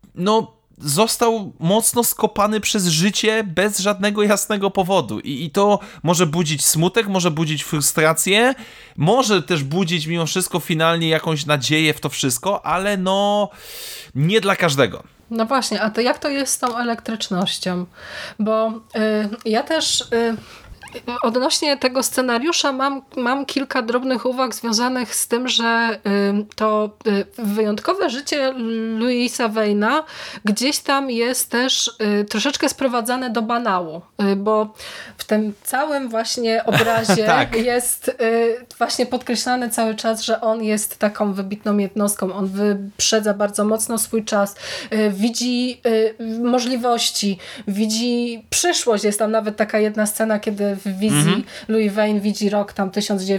został mocno skopany przez życie bez żadnego jasnego powodu. I to może budzić smutek, może budzić frustrację, może też budzić mimo wszystko finalnie jakąś nadzieję w to wszystko, ale nie dla każdego. No właśnie, a to jak to jest z tą elektrycznością? Bo ja też... Odnośnie tego scenariusza mam kilka drobnych uwag związanych z tym, że to wyjątkowe życie Louisa Wane'a gdzieś tam jest też troszeczkę sprowadzane do banału, bo w tym całym właśnie obrazie tak. jest właśnie podkreślane cały czas, że on jest taką wybitną jednostką, on wyprzedza bardzo mocno swój czas, widzi możliwości, widzi przyszłość. Jest tam nawet taka jedna scena, kiedy w wizji Louis Wayne widzi rok tam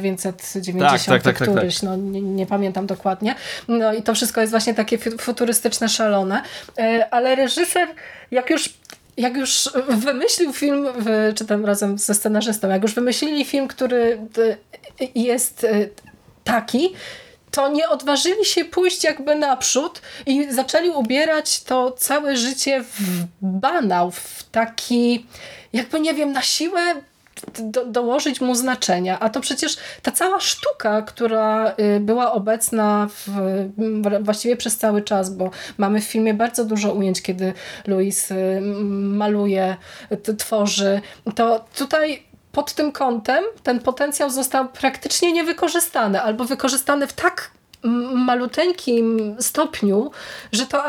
1990 któryś, no nie pamiętam dokładnie. No i to wszystko jest właśnie takie futurystyczne, szalone. Ale reżyser, jak już wymyślił film, czy tam razem ze scenarzystą, jak już wymyślili film, który jest taki, to nie odważyli się pójść jakby naprzód i zaczęli ubierać to całe życie w banał, w taki, jakby nie wiem, na siłę dołożyć mu znaczenia. A to przecież ta cała sztuka, która była obecna właściwie przez cały czas, bo mamy w filmie bardzo dużo ujęć, kiedy Louis maluje, tworzy, to tutaj pod tym kątem ten potencjał został praktycznie niewykorzystany, albo wykorzystany w tak maluteńkim stopniu, że to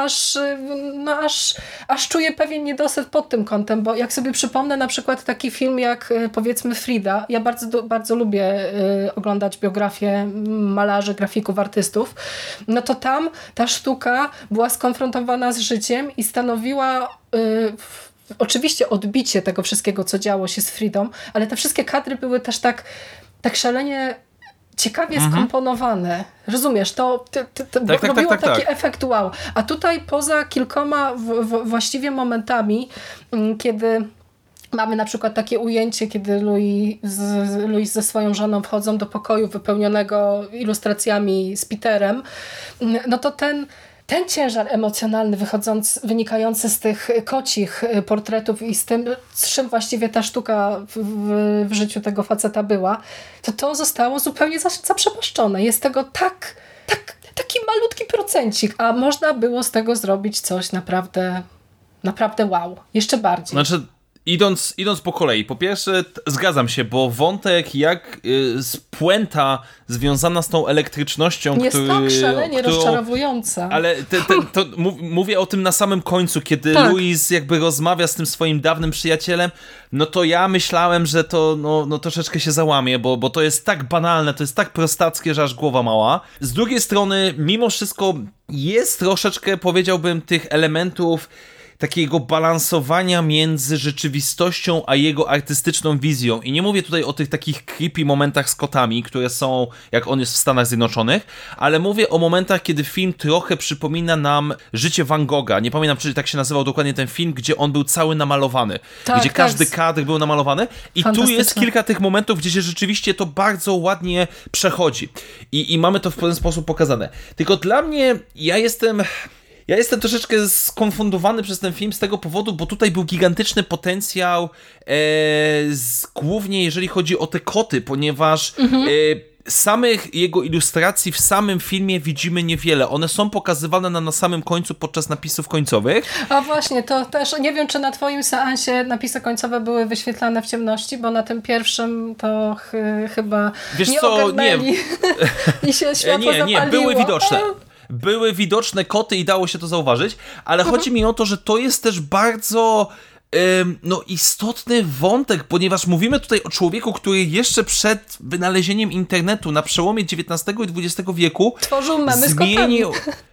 aż czuję pewien niedosyt pod tym kątem, bo jak sobie przypomnę na przykład taki film jak powiedzmy Frida, ja bardzo lubię oglądać biografie malarzy, grafików, artystów, no to tam ta sztuka była skonfrontowana z życiem i stanowiła oczywiście odbicie tego wszystkiego, co działo się z Fridą, ale te wszystkie kadry były też tak szalenie ciekawie skomponowane. Rozumiesz? To robiło taki efekt wow. A tutaj poza kilkoma właściwie momentami, kiedy mamy na przykład takie ujęcie, kiedy Louis ze swoją żoną wchodzą do pokoju wypełnionego ilustracjami z Peterem, no to ten ciężar emocjonalny wynikający z tych kocich portretów i z tym, z czym właściwie ta sztuka w życiu tego faceta była, to zostało zupełnie zaprzepaszczone. Jest tego taki malutki procencik, a można było z tego zrobić coś naprawdę wow. Jeszcze bardziej. Znaczy, idąc po kolei, po pierwsze zgadzam się, bo wątek jak puenta związana z tą elektrycznością, jest tak szalenie rozczarowująca. Ale mówię o tym na samym końcu, kiedy Louis jakby rozmawia z tym swoim dawnym przyjacielem, no to ja myślałem, że to troszeczkę się załamie, bo to jest tak banalne, to jest tak prostackie, że aż głowa mała. Z drugiej strony, mimo wszystko jest troszeczkę, powiedziałbym, tych elementów takiego balansowania między rzeczywistością a jego artystyczną wizją. I nie mówię tutaj o tych takich creepy momentach z kotami, które są, jak on jest w Stanach Zjednoczonych, ale mówię o momentach, kiedy film trochę przypomina nam życie Van Gogha. Nie pamiętam, czy tak się nazywał dokładnie ten film, gdzie on był cały namalowany. Gdzie każdy kadr był namalowany. I tu jest kilka tych momentów, gdzie się rzeczywiście to bardzo ładnie przechodzi. I mamy to w pewien sposób pokazane. Tylko dla mnie, ja jestem Ja jestem troszeczkę skonfundowany przez ten film z tego powodu, bo tutaj był gigantyczny potencjał, głównie jeżeli chodzi o te koty, ponieważ samych jego ilustracji w samym filmie widzimy niewiele. One są pokazywane na samym końcu podczas napisów końcowych. A właśnie, to też nie wiem, czy na twoim seansie napisy końcowe były wyświetlane w ciemności, bo na tym pierwszym to chyba nie ogarnęli i się światło zapaliło. Były widoczne. Były widoczne koty i dało się to zauważyć, ale chodzi mi o to, że to jest też bardzo istotny wątek, ponieważ mówimy tutaj o człowieku, który jeszcze przed wynalezieniem internetu na przełomie XIX i XX wieku tworzył memy z kotami.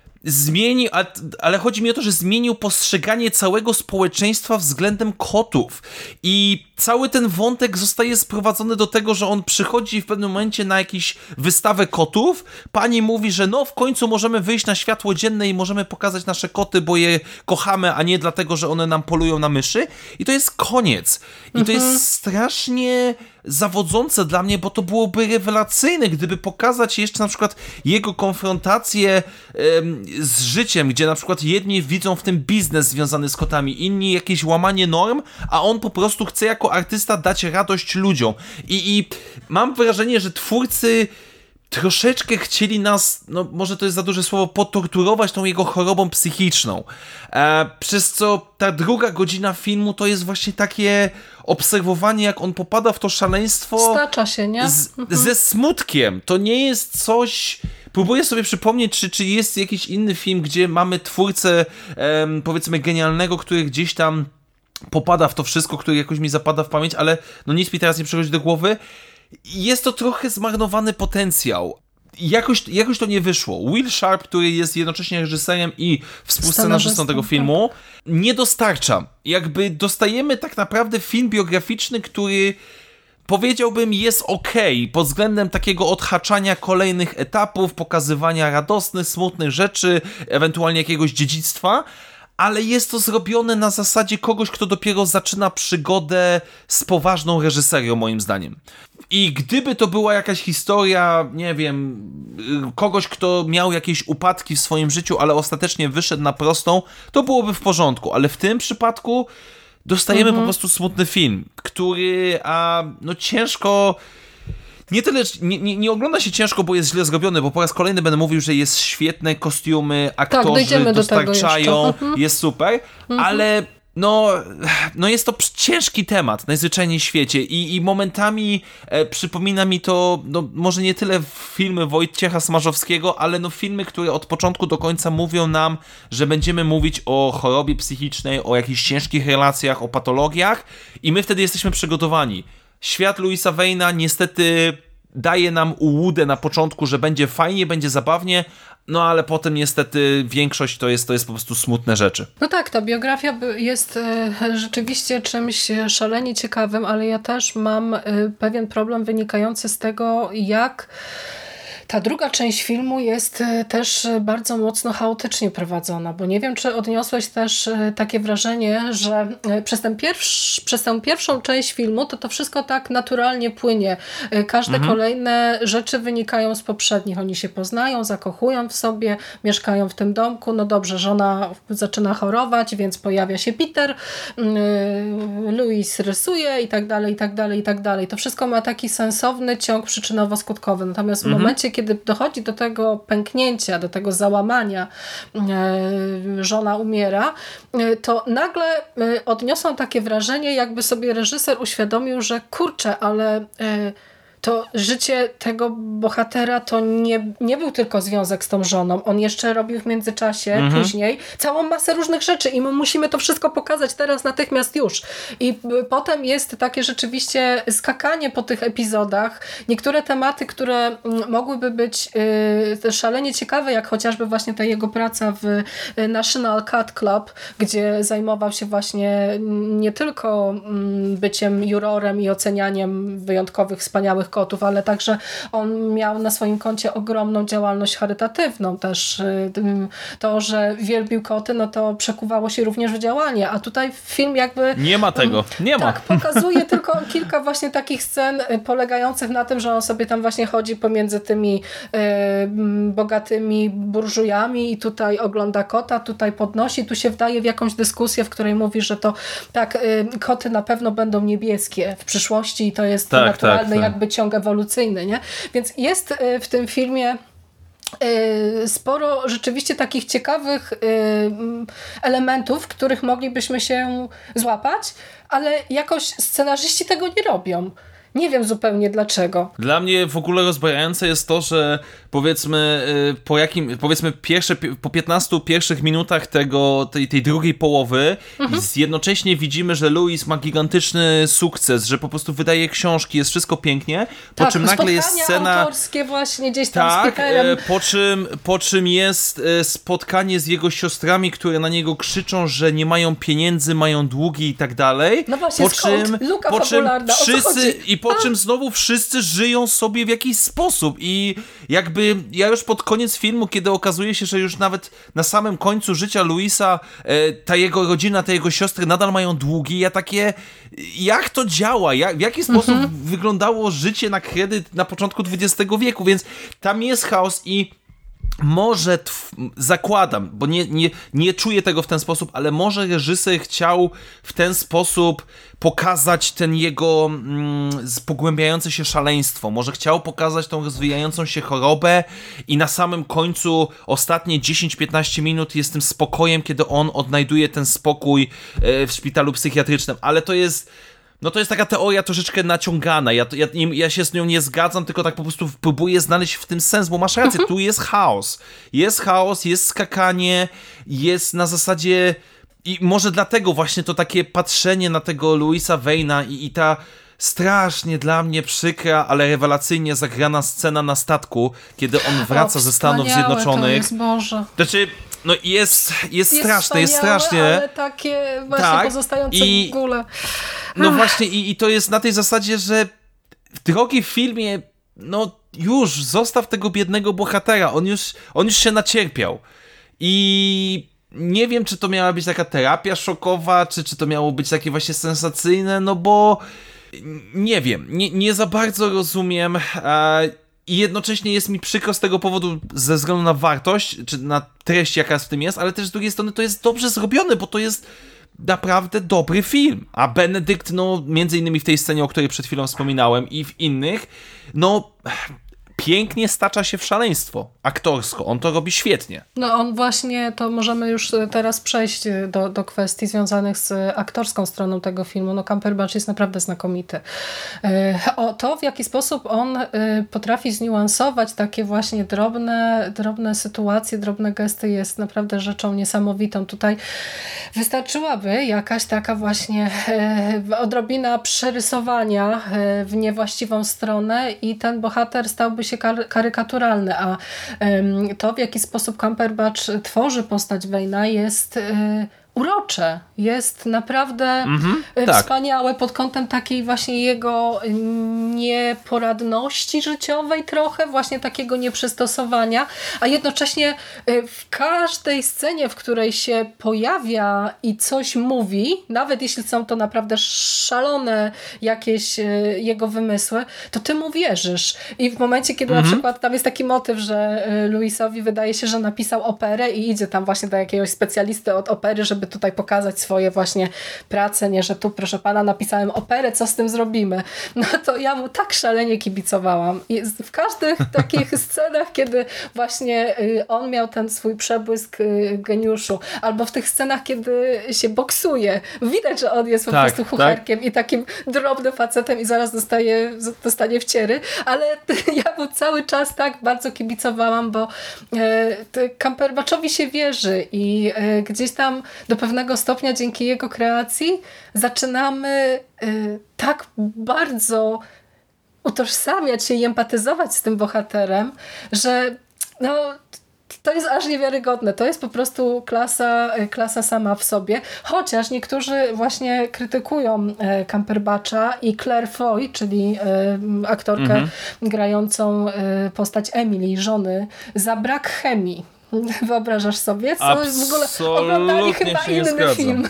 Ale chodzi mi o to, że zmienił postrzeganie całego społeczeństwa względem kotów. I cały ten wątek zostaje sprowadzony do tego, że on przychodzi w pewnym momencie na jakąś wystawę kotów. Pani mówi, że w końcu możemy wyjść na światło dzienne i możemy pokazać nasze koty, bo je kochamy, a nie dlatego, że one nam polują na myszy. I to jest koniec. I to jest strasznie zawodzące dla mnie, bo to byłoby rewelacyjne, gdyby pokazać jeszcze na przykład jego konfrontację z życiem, gdzie na przykład jedni widzą w tym biznes związany z kotami, inni jakieś łamanie norm, a on po prostu chce jako artysta dać radość ludziom. I mam wrażenie, że twórcy troszeczkę chcieli nas, może to jest za duże słowo, potorturować tą jego chorobą psychiczną. Przez co ta druga godzina filmu to jest właśnie takie obserwowanie, jak on popada w to szaleństwo. Stacza się, nie? Ze smutkiem. To nie jest coś... Próbuję sobie przypomnieć, czy jest jakiś inny film, gdzie mamy twórcę, powiedzmy, genialnego, który gdzieś tam popada w to wszystko, który jakoś mi zapada w pamięć, ale nic mi teraz nie przychodzi do głowy. Jest to trochę zmarnowany potencjał. Jakoś to nie wyszło. Will Sharp, który jest jednocześnie reżyserem i współscenarzystą tego filmu, nie dostarcza. Jakby dostajemy tak naprawdę film biograficzny, który powiedziałbym jest okej pod względem takiego odhaczania kolejnych etapów, pokazywania radosnych, smutnych rzeczy, ewentualnie jakiegoś dziedzictwa, ale jest to zrobione na zasadzie kogoś, kto dopiero zaczyna przygodę z poważną reżyserią, moim zdaniem. I gdyby to była jakaś historia, nie wiem, kogoś, kto miał jakieś upadki w swoim życiu, ale ostatecznie wyszedł na prostą, to byłoby w porządku, ale w tym przypadku dostajemy po prostu smutny film, który ciężko... Nie ogląda się ciężko, bo jest źle zrobiony, bo po raz kolejny będę mówił, że jest świetne kostiumy, aktorzy dostarczają, jest super, ale jest to ciężki temat najzwyczajniej w świecie i momentami przypomina mi to, może nie tyle filmy Wojciecha Smarzowskiego, ale filmy, które od początku do końca mówią nam, że będziemy mówić o chorobie psychicznej, o jakichś ciężkich relacjach, o patologiach i my wtedy jesteśmy przygotowani. Świat Louisa Wane'a niestety daje nam ułudę na początku, że będzie fajnie, będzie zabawnie, ale potem niestety większość to jest po prostu smutne rzeczy. No tak, ta biografia jest rzeczywiście czymś szalenie ciekawym, ale ja też mam pewien problem wynikający z tego, jak ta druga część filmu jest też bardzo mocno chaotycznie prowadzona, bo nie wiem, czy odniosłeś też takie wrażenie, że przez tę pierwszą część filmu to wszystko tak naturalnie płynie. Każde kolejne rzeczy wynikają z poprzednich. Oni się poznają, zakochują w sobie, mieszkają w tym domku. No dobrze, żona zaczyna chorować, więc pojawia się Peter, Louis rysuje i tak dalej, i tak dalej, i tak dalej. To wszystko ma taki sensowny ciąg przyczynowo-skutkowy. Natomiast w momencie, kiedy dochodzi do tego pęknięcia, do tego załamania, żona umiera, to nagle odniosą takie wrażenie, jakby sobie reżyser uświadomił, że kurczę, ale to życie tego bohatera to nie był tylko związek z tą żoną. On jeszcze robił w międzyczasie, później, całą masę różnych rzeczy i my musimy to wszystko pokazać teraz, natychmiast już. I potem jest takie rzeczywiście skakanie po tych epizodach. Niektóre tematy, które mogłyby być szalenie ciekawe, jak chociażby właśnie ta jego praca w National Cat Club, gdzie zajmował się właśnie nie tylko byciem jurorem i ocenianiem wyjątkowych, wspaniałych kotów, ale także on miał na swoim koncie ogromną działalność charytatywną też. To, że wielbił koty, no to przekuwało się również w działanie, a tutaj film jakby... Nie ma tego, nie ma. Tak, pokazuje tylko kilka właśnie takich scen polegających na tym, że on sobie tam właśnie chodzi pomiędzy tymi bogatymi burżujami i tutaj ogląda kota, tutaj podnosi, tu się wdaje w jakąś dyskusję, w której mówi, że to tak, koty na pewno będą niebieskie w przyszłości i to jest naturalny jakby ciąg ewolucyjny, nie? Więc jest w tym filmie sporo rzeczywiście takich ciekawych elementów, których moglibyśmy się złapać, ale jakoś scenarzyści tego nie robią. Nie wiem zupełnie dlaczego. Dla mnie w ogóle rozbrajające jest to, że powiedzmy po 15 pierwszych minutach tej drugiej połowy jednocześnie widzimy, że Louis ma gigantyczny sukces, że po prostu wydaje książki, jest wszystko pięknie, po czym nagle jest scena autorskie właśnie gdzieś tam z Peterem. Po czym jest spotkanie z jego siostrami, które na niego krzyczą, że nie mają pieniędzy, mają długi i tak dalej. No właśnie, luka fabularna, po czym znowu wszyscy żyją sobie w jakiś sposób i jakby ja już pod koniec filmu, kiedy okazuje się, że już nawet na samym końcu życia Louisa ta jego rodzina, te jego siostry nadal mają długi, ja takie, jak to działa? W jaki sposób wyglądało życie na kredyt na początku XX wieku? Więc tam jest chaos i może, zakładam, bo nie czuję tego w ten sposób, ale może reżyser chciał w ten sposób pokazać ten jego pogłębiające się szaleństwo. Może chciał pokazać tą rozwijającą się chorobę i na samym końcu ostatnie 10-15 minut jest tym spokojem, kiedy on odnajduje ten spokój w szpitalu psychiatrycznym. Ale to jest taka teoria troszeczkę naciągana. Ja się z nią nie zgadzam, tylko tak po prostu próbuję znaleźć w tym sens, bo masz rację, tu jest chaos. Jest chaos, jest skakanie, jest na zasadzie... I może dlatego właśnie to takie patrzenie na tego Louisa Wane'a i ta strasznie dla mnie przykra, ale rewelacyjnie zagrana scena na statku, kiedy on wraca ze Stanów Zjednoczonych. To jest, Boże. Znaczy... No jest straszne, jest strasznie. Ale takie właśnie pozostające w ogóle. No właśnie i to jest na tej zasadzie, że drogi w filmie, no już zostaw tego biednego bohatera, on już się nacierpiał. I nie wiem, czy to miała być taka terapia szokowa, czy to miało być takie właśnie sensacyjne, no bo nie wiem, nie za bardzo rozumiem. I jednocześnie jest mi przykro z tego powodu, ze względu na wartość, czy na treść, jaka w tym jest, ale też z drugiej strony to jest dobrze zrobione, bo to jest naprawdę dobry film. A Benedict, no między innymi w tej scenie, o której przed chwilą wspominałem i w innych, no pięknie stacza się w szaleństwo aktorsko. On to robi świetnie. No on właśnie, to możemy już teraz przejść do kwestii związanych z aktorską stroną tego filmu. No Cumberbatch jest naprawdę znakomity. To, w jaki sposób on potrafi zniuansować takie właśnie drobne sytuacje, drobne gesty jest naprawdę rzeczą niesamowitą. Tutaj wystarczyłaby jakaś taka właśnie odrobina przerysowania w niewłaściwą stronę i ten bohater stałby się karykaturalny, a to, w jaki sposób Cumberbatch tworzy postać Wane'a jest urocze. Jest naprawdę wspaniałe pod kątem takiej właśnie jego nieporadności życiowej trochę, właśnie takiego nieprzystosowania, a jednocześnie w każdej scenie, w której się pojawia i coś mówi, nawet jeśli są to naprawdę szalone jakieś jego wymysły, to ty mu wierzysz. I w momencie, kiedy na przykład tam jest taki motyw, że Louisowi wydaje się, że napisał operę i idzie tam właśnie do jakiegoś specjalisty od opery, żeby tutaj pokazać swoje właśnie prace, nie, że tu proszę pana napisałem operę, co z tym zrobimy? No to ja mu tak szalenie kibicowałam. I w każdych takich scenach, kiedy właśnie on miał ten swój przebłysk geniuszu, albo w tych scenach, kiedy się boksuje, widać, że on jest po prostu chucherkiem i takim drobnym facetem i zaraz dostanie wciery, ale ja mu cały czas tak bardzo kibicowałam, bo Cumberbatchowi się wierzy i gdzieś tam do pewnego stopnia dzięki jego kreacji zaczynamy tak bardzo utożsamiać się i empatyzować z tym bohaterem, że no, To jest aż niewiarygodne. To jest po prostu klasa sama w sobie. Chociaż niektórzy właśnie krytykują Cumberbatcha i Claire Foy, czyli aktorkę grającą postać Emily, żony, za brak chemii. Wyobrażasz sobie? Co w ogóle oglądali chyba inny film.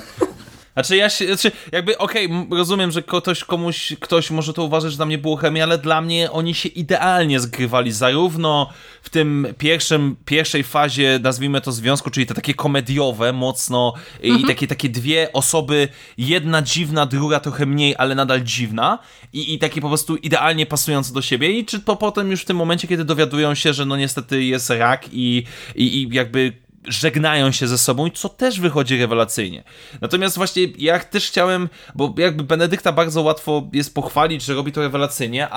Rozumiem, że ktoś może to uważać, że tam nie było chemii, ale dla mnie oni się idealnie zgrywali, zarówno w tym pierwszej fazie, nazwijmy to związku, czyli te takie komediowe mocno i takie dwie osoby, jedna dziwna, druga trochę mniej, ale nadal dziwna i takie po prostu idealnie pasujące do siebie i czy potem już w tym momencie, kiedy dowiadują się, że no niestety jest rak i jakby żegnają się ze sobą, co też wychodzi rewelacyjnie. Natomiast właśnie ja też chciałem, bo jakby Benedykta bardzo łatwo jest pochwalić, że robi to rewelacyjnie,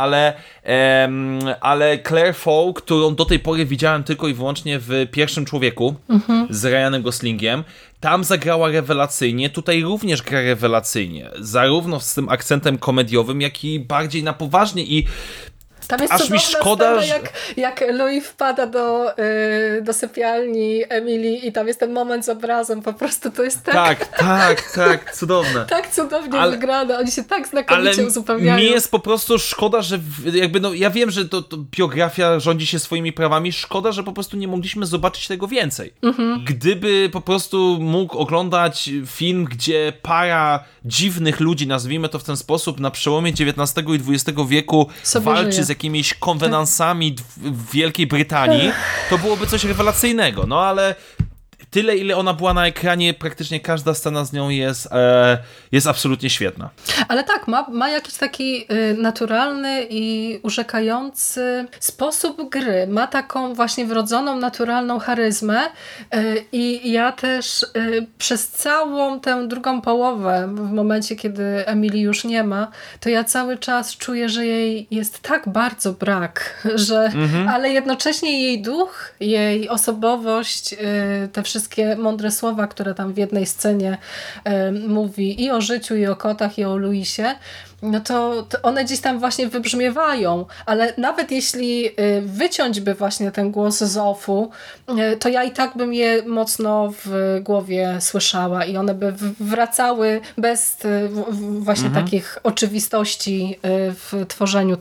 ale Claire Foy, którą do tej pory widziałem tylko i wyłącznie w Pierwszym Człowieku z Ryanem Goslingiem, tam zagrała rewelacyjnie, tutaj również gra rewelacyjnie. Zarówno z tym akcentem komediowym, jak i bardziej na poważnie i tam jest aż mi szkoda, scena, jak Louis wpada do sypialni Emily i tam jest ten moment z obrazem, po prostu to jest tak, cudowne. Tak cudownie wygrane, oni się tak znakomicie uzupełniają. Mi jest po prostu szkoda, że ja wiem, że to biografia rządzi się swoimi prawami, szkoda, że po prostu nie mogliśmy zobaczyć tego więcej. Gdyby po prostu mógł oglądać film, gdzie para dziwnych ludzi, nazwijmy to w ten sposób, na przełomie XIX i XX wieku walczy z jakimiś konwenansami w Wielkiej Brytanii, to byłoby coś rewelacyjnego, no ale tyle, ile ona była na ekranie, praktycznie każda scena z nią jest absolutnie świetna. Ale tak, ma jakiś taki naturalny i urzekający sposób gry. Ma taką właśnie wrodzoną, naturalną charyzmę i ja też przez całą tę drugą połowę, w momencie, kiedy Emily już nie ma, to ja cały czas czuję, że jej jest tak bardzo brak, że ale jednocześnie jej duch, jej osobowość, te wszystkie mądre słowa, które tam w jednej scenie mówi i o życiu, i o kotach, i o Louisie, no to one gdzieś tam właśnie wybrzmiewają, ale nawet jeśli wyciąć by właśnie ten głos z offu, to ja i tak bym je mocno w głowie słyszała i one by wracały bez właśnie takich oczywistości w tworzeniu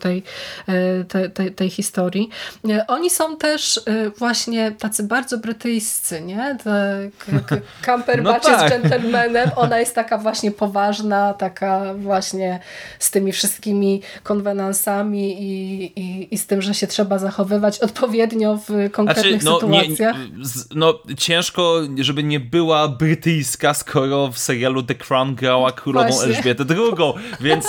tej historii. Oni są też właśnie tacy bardzo brytyjscy, nie? Cumberbatch jest gentlemanem, ona jest taka właśnie poważna, taka właśnie z tymi wszystkimi konwenansami i z tym, że się trzeba zachowywać odpowiednio w konkretnych sytuacjach. Ciężko, żeby nie była brytyjska, skoro w serialu The Crown grała królową Elżbietę II, więc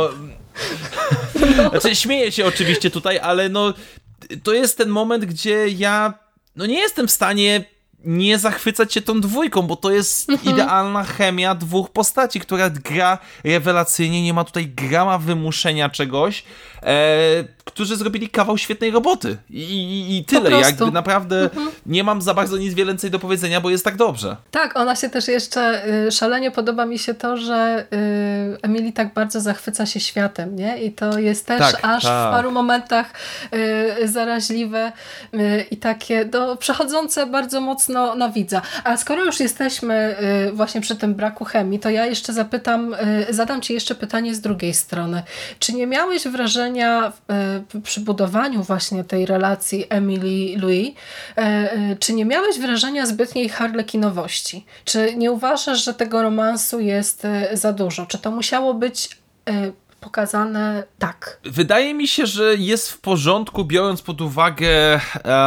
Znaczy, śmieję się oczywiście tutaj, ale to jest ten moment, gdzie ja nie jestem w stanie nie zachwycać się tą dwójką, bo to jest idealna chemia dwóch postaci, która gra rewelacyjnie, nie ma tutaj grama wymuszenia czegoś, którzy zrobili kawał świetnej roboty. I tyle. Jakby naprawdę nie mam za bardzo nic więcej do powiedzenia, bo jest tak dobrze. Tak, ona się też jeszcze szalenie podoba mi się to, że Emily tak bardzo zachwyca się światem, nie? I to jest też w paru momentach zaraźliwe i takie przechodzące bardzo mocno na widza. A skoro już jesteśmy właśnie przy tym braku chemii, to ja jeszcze zadam ci jeszcze pytanie z drugiej strony. Czy nie miałeś wrażenia przy budowaniu właśnie tej relacji Emily-Louis, czy nie miałeś wrażenia zbytniej harlekinowości? Czy nie uważasz, że tego romansu jest za dużo? Czy to musiało być pokazane tak? Wydaje mi się, że jest w porządku, biorąc pod uwagę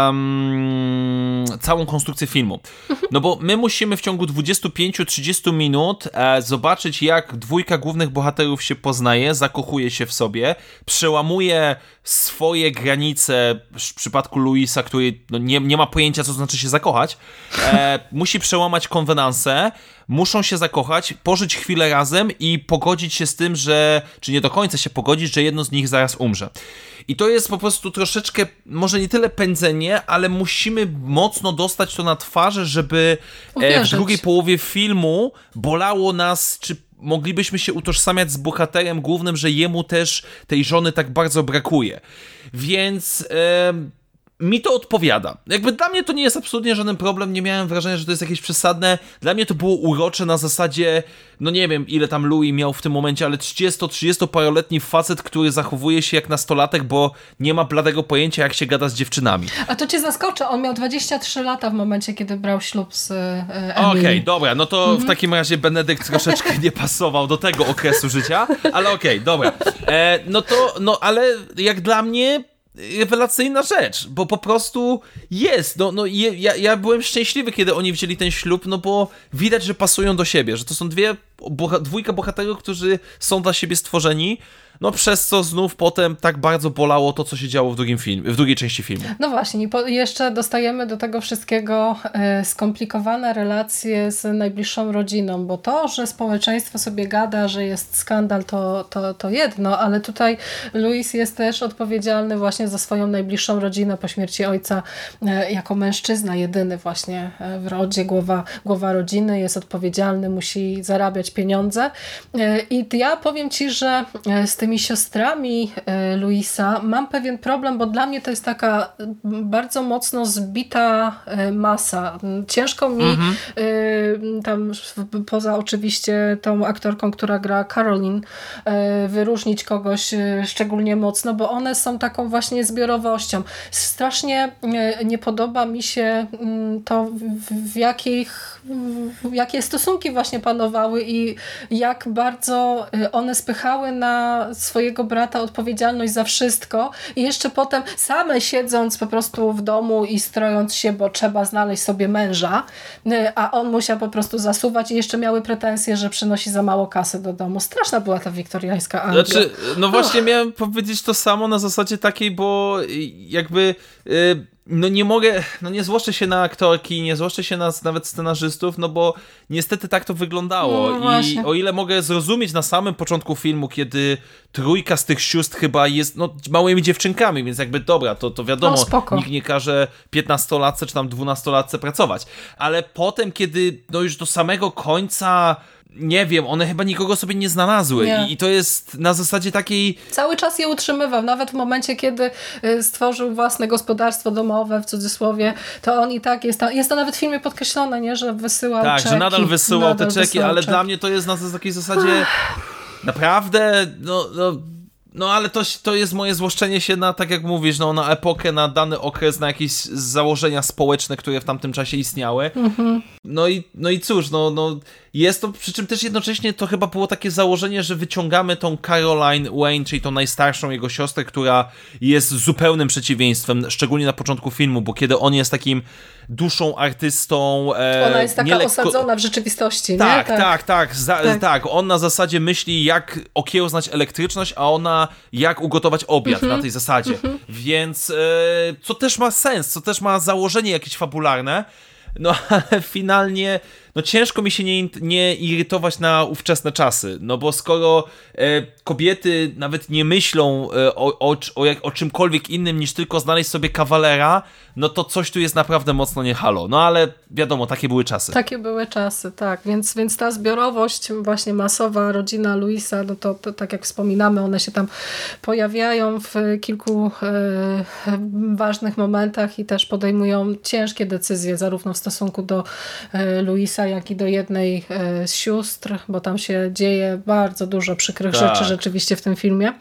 całą konstrukcję filmu. No bo my musimy w ciągu 25-30 minut zobaczyć, jak dwójka głównych bohaterów się poznaje, zakochuje się w sobie, przełamuje swoje granice, w przypadku Louisa, który nie ma pojęcia, co znaczy się zakochać, musi przełamać konwenanse, muszą się zakochać, pożyć chwilę razem i pogodzić się z tym, czy nie do końca się pogodzić, że jedno z nich zaraz umrze. I to jest po prostu troszeczkę, może nie tyle pędzenie, ale musimy mocno dostać to na twarzy, żeby w drugiej połowie filmu bolało nas, czy moglibyśmy się utożsamiać z bohaterem głównym, że jemu też tej żony tak bardzo brakuje. Więc mi to odpowiada. Jakby dla mnie to nie jest absolutnie żaden problem, nie miałem wrażenia, że to jest jakieś przesadne. Dla mnie to było urocze na zasadzie, no nie wiem ile tam Louis miał w tym momencie, ale 30-paroletni facet, który zachowuje się jak nastolatek, bo nie ma bladego pojęcia, jak się gada z dziewczynami. A to cię zaskoczę, on miał 23 lata w momencie, kiedy brał ślub z Emily. Okej, dobra, no to w takim razie Benedykt troszeczkę nie pasował do tego okresu życia, ale okej, dobra. Ale jak dla mnie rewelacyjna rzecz, bo po prostu jest, ja byłem szczęśliwy, kiedy oni wzięli ten ślub, no bo widać, że pasują do siebie, że to są dwójka bohaterów, którzy są dla siebie stworzeni, no przez co znów potem tak bardzo bolało to, co się działo w drugiej części filmu. No właśnie, jeszcze dostajemy do tego wszystkiego skomplikowane relacje z najbliższą rodziną, bo to, że społeczeństwo sobie gada, że jest skandal, to jedno, ale tutaj Louis jest też odpowiedzialny właśnie za swoją najbliższą rodzinę po śmierci ojca jako mężczyzna, jedyny właśnie w rodzie, głowa rodziny, jest odpowiedzialny, musi zarabiać pieniądze. I ja powiem Ci, że z tymi siostrami Louisa mam pewien problem, bo dla mnie to jest taka bardzo mocno zbita masa. Ciężko mi tam poza oczywiście tą aktorką, która gra Caroline, wyróżnić kogoś szczególnie mocno, bo one są taką właśnie zbiorowością. Strasznie nie podoba mi się to, jakie stosunki właśnie panowały i jak bardzo one spychały na swojego brata odpowiedzialność za wszystko i jeszcze potem same siedząc po prostu w domu i strojąc się, bo trzeba znaleźć sobie męża, a on musiał po prostu zasuwać i jeszcze miały pretensje, że przynosi za mało kasy do domu. Straszna była ta wiktoriańska Anglia. Znaczy, no właśnie miałem powiedzieć to samo na zasadzie takiej, bo jakby no nie mogę, no nie złoszczę się na aktorki, nie złoszczę się na nawet scenarzystów, no bo niestety tak to wyglądało. No, i o ile mogę zrozumieć na samym początku filmu, kiedy trójka z tych sióstr chyba jest małymi dziewczynkami, więc jakby dobra, to wiadomo, nikt nie każe 15-latce czy tam 12-latce pracować. Ale potem, kiedy już do samego końca nie wiem, one chyba nikogo sobie nie znalazły. Nie. I to jest na zasadzie takiej... Cały czas je utrzymywał, nawet w momencie, kiedy stworzył własne gospodarstwo domowe, w cudzysłowie, to on i tak jest to nawet w filmie podkreślone, nie, że wysyłał czeki. Tak, że nadal wysyłał te czeki, ale dla mnie to jest na takiej zasadzie naprawdę, ale to jest moje złoszczenie się na, tak jak mówisz, na epokę, na dany okres, na jakieś założenia społeczne, które w tamtym czasie istniały. No i cóż, jest to, przy czym też jednocześnie to chyba było takie założenie, że wyciągamy tą Caroline Wayne, czyli tą najstarszą jego siostrę, która jest zupełnym przeciwieństwem, szczególnie na początku filmu, bo kiedy on jest takim duszą artystą... Ona jest taka osadzona w rzeczywistości, tak, nie? Tak. On na zasadzie myśli, jak okiełznać elektryczność, a ona jak ugotować obiad na tej zasadzie. Więc co też ma sens, co też ma założenie jakieś fabularne, no ale finalnie ciężko mi się nie irytować na ówczesne czasy, bo skoro kobiety nawet nie myślą o czymkolwiek innym niż tylko znaleźć sobie kawalera, no to coś tu jest naprawdę mocno nie halo. No ale wiadomo, takie były czasy. Takie były czasy, tak. Więc ta zbiorowość, właśnie masowa rodzina Louisa, to tak jak wspominamy, one się tam pojawiają w kilku ważnych momentach i też podejmują ciężkie decyzje, zarówno w stosunku do Louisa, jak i do jednej z sióstr, bo tam się dzieje bardzo dużo przykrych rzeczy rzeczywiście w tym filmie.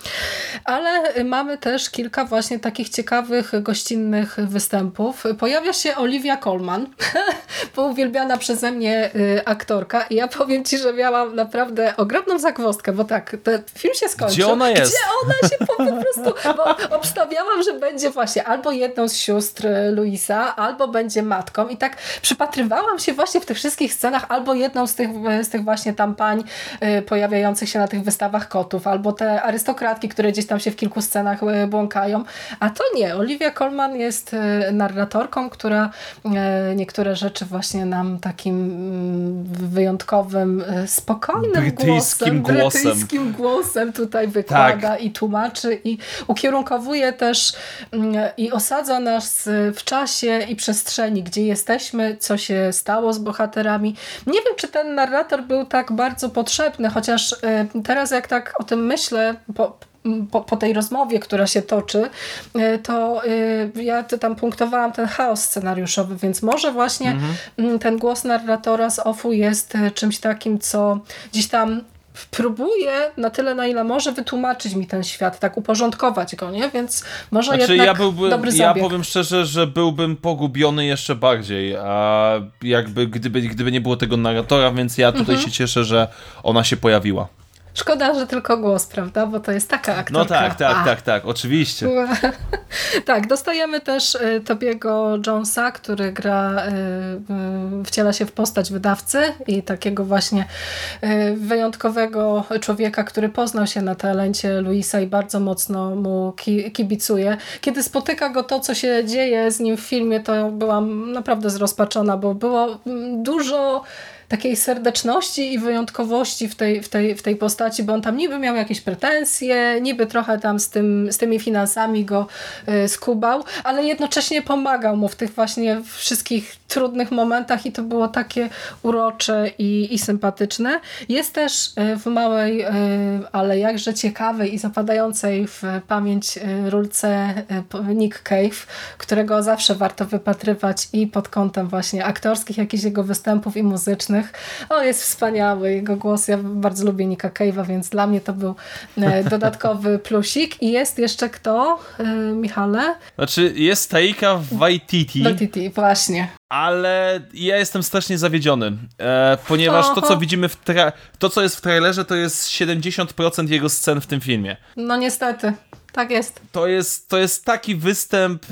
Ale mamy też kilka właśnie takich ciekawych, gościnnych występów. Pojawia się Olivia Colman, uwielbiana przeze mnie aktorka i ja powiem Ci, że miałam naprawdę ogromną zagwozdkę, bo tak, ten film się skończył. Gdzie ona jest? Gdzie ona się po prostu, bo obstawiałam, że będzie właśnie albo jedną z sióstr Louisa, albo będzie matką i tak przypatrywałam się właśnie w tych wszystkich scenach albo jedną z tych właśnie tam pań pojawiających się na tych wystawach kotów, albo te arystokratki, które gdzieś tam się w kilku scenach błąkają, a to nie. Olivia Colman jest narratorką, która niektóre rzeczy właśnie nam takim wyjątkowym, spokojnym brytyjskim głosem tutaj wykłada i tłumaczy i ukierunkowuje też i osadza nas w czasie i przestrzeni, gdzie jesteśmy, co się stało z bohaterami, postaciami. Nie wiem, czy ten narrator był tak bardzo potrzebny, chociaż teraz jak tak o tym myślę, po tej rozmowie, która się toczy, to ja tam punktowałam ten chaos scenariuszowy, więc może właśnie ten głos narratora z OFU jest czymś takim, co gdzieś tam próbuje na tyle, na ile może wytłumaczyć mi ten świat, tak uporządkować go, nie? Więc może jednak dobry zabieg. Ja powiem szczerze, że byłbym pogubiony jeszcze bardziej, a jakby gdyby nie było tego narratora, więc ja tutaj się cieszę, że ona się pojawiła. Szkoda, że tylko głos, prawda? Bo to jest taka aktorka. No tak, oczywiście. Tak, dostajemy też Tobiego Jonesa, który wciela się w postać wydawcy i takiego właśnie wyjątkowego człowieka, który poznał się na talencie Louisa i bardzo mocno mu kibicuje. Kiedy spotyka go to, co się dzieje z nim w filmie, to byłam naprawdę zrozpaczona, bo było dużo takiej serdeczności i wyjątkowości w tej postaci, bo on tam niby miał jakieś pretensje, niby trochę tam z tymi finansami go skubał, ale jednocześnie pomagał mu w tych właśnie wszystkich trudnych momentach i to było takie urocze i sympatyczne. Jest też w małej, ale jakże ciekawej i zapadającej w pamięć rulce Nick Cave, którego zawsze warto wypatrywać i pod kątem właśnie aktorskich, jakichś jego występów i muzycznych. O, jest wspaniały. Jego głos, ja bardzo lubię Nicka Cave'a, więc dla mnie to był dodatkowy plusik. I jest jeszcze kto, Michale? Znaczy, jest Taika Waititi. Waititi, właśnie. Ale ja jestem strasznie zawiedziony, ponieważ to, co widzimy to, co jest w trailerze, to jest 70% jego scen w tym filmie. No niestety. Tak jest. To jest taki występ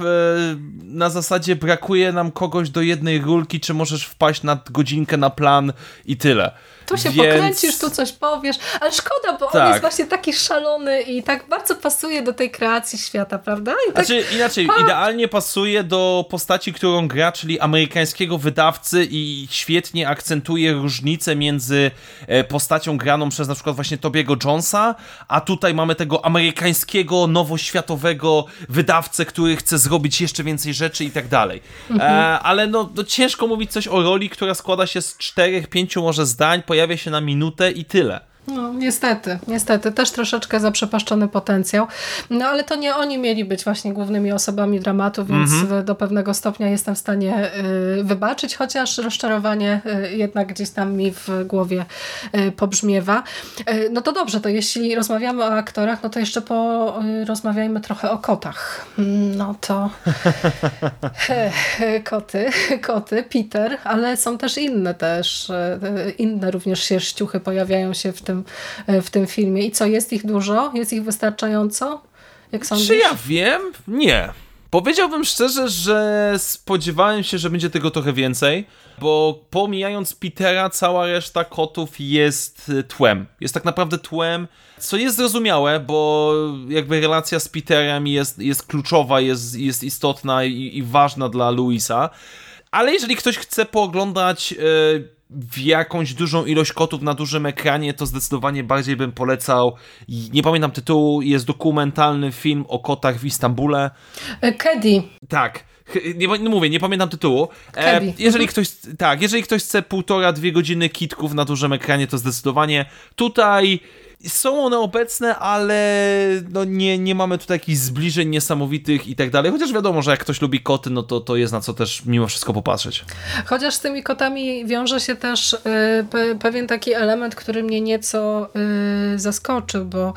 na zasadzie brakuje nam kogoś do jednej rulki, czy możesz wpaść na godzinkę na plan i tyle. Tu się pokręcisz, tu coś powiesz, ale szkoda, bo on jest właśnie taki szalony i tak bardzo pasuje do tej kreacji świata, prawda? I tak... Znaczy inaczej, idealnie pasuje do postaci, którą gra, czyli amerykańskiego wydawcy i świetnie akcentuje różnicę między postacią graną przez na przykład właśnie Tobiego Jonesa, a tutaj mamy tego amerykańskiego, nowoświatowego wydawcę, który chce zrobić jeszcze więcej rzeczy i tak dalej. Ale no ciężko mówić coś o roli, która składa się z 4-5 może zdań, pojawia się na minutę i tyle. No, niestety. Też troszeczkę zaprzepaszczony potencjał. No, ale to nie oni mieli być właśnie głównymi osobami dramatu, więc do pewnego stopnia jestem w stanie wybaczyć, chociaż rozczarowanie jednak gdzieś tam mi w głowie pobrzmiewa. No to dobrze, to jeśli rozmawiamy o aktorach, no to jeszcze rozmawiajmy trochę o kotach. No to koty, Peter, ale są też inne również sierściuchy pojawiają się w tym filmie. I co, jest ich dużo? Jest ich wystarczająco? Jak sądzisz? Czy ja wiem? Nie. Powiedziałbym szczerze, że spodziewałem się, że będzie tego trochę więcej, bo pomijając Petera, cała reszta kotów jest tłem. Jest tak naprawdę tłem, co jest zrozumiałe, bo jakby relacja z Peterem jest kluczowa, jest istotna i ważna dla Louisa. Ale jeżeli ktoś chce pooglądać w jakąś dużą ilość kotów na dużym ekranie, to zdecydowanie bardziej bym polecał. Nie pamiętam tytułu, jest dokumentalny film o kotach w Istambule. Kedi. Tak. Nie pamiętam tytułu. Jeżeli ktoś chce 1,5-2 godziny kitków na dużym ekranie, to zdecydowanie tutaj są one obecne, ale no nie mamy tutaj jakichś zbliżeń niesamowitych i tak dalej. Chociaż wiadomo, że jak ktoś lubi koty, no to jest na co też mimo wszystko popatrzeć. Chociaż z tymi kotami wiąże się też pewien taki element, który mnie nieco zaskoczył, bo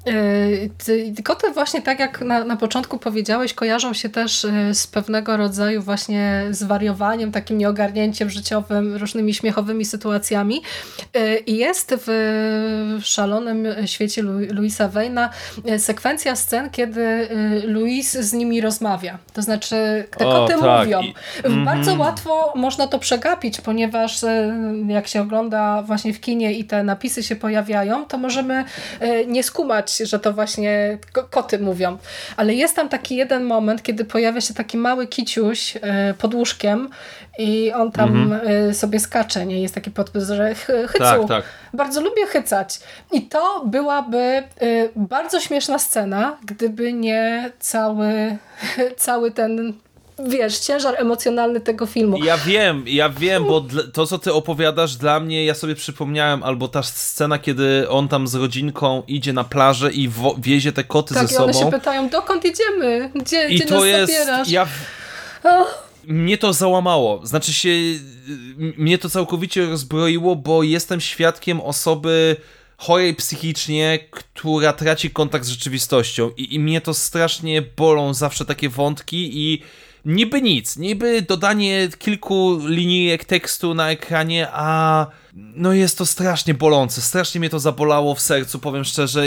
koty właśnie tak jak na początku powiedziałeś, kojarzą się też z pewnego rodzaju właśnie zwariowaniem, takim nieogarnięciem życiowym, różnymi śmiechowymi sytuacjami. I jest w szalonym świecie Louisa Wane'a sekwencja scen, kiedy Louis z nimi rozmawia. To znaczy, te koty mówią. Bardzo łatwo można to przegapić, ponieważ jak się ogląda właśnie w kinie i te napisy się pojawiają, to możemy nie skumać, że to właśnie koty mówią. Ale jest tam taki jeden moment, kiedy pojawia się taki mały kiciuś pod łóżkiem i on tam sobie skacze, nie? Jest taki podpis, że hycu. Tak. Bardzo lubię hycać. I to byłaby bardzo śmieszna scena, gdyby nie cały ten wiesz, ciężar emocjonalny tego filmu. Ja wiem, bo to, co ty opowiadasz, dla mnie, ja sobie przypomniałem, albo ta scena, kiedy on tam z rodzinką idzie na plażę i wiezie te koty ze sobą. Tak, i one się pytają, dokąd idziemy? Gdzie I nas to jest, zabierasz? Mnie to załamało. Znaczy się, mnie to całkowicie rozbroiło, bo jestem świadkiem osoby chorej psychicznie, która traci kontakt z rzeczywistością. I mnie to strasznie bolą zawsze takie wątki i niby nic, niby dodanie kilku linijek tekstu na ekranie, a no jest to strasznie bolące. Strasznie mnie to zabolało w sercu, powiem szczerze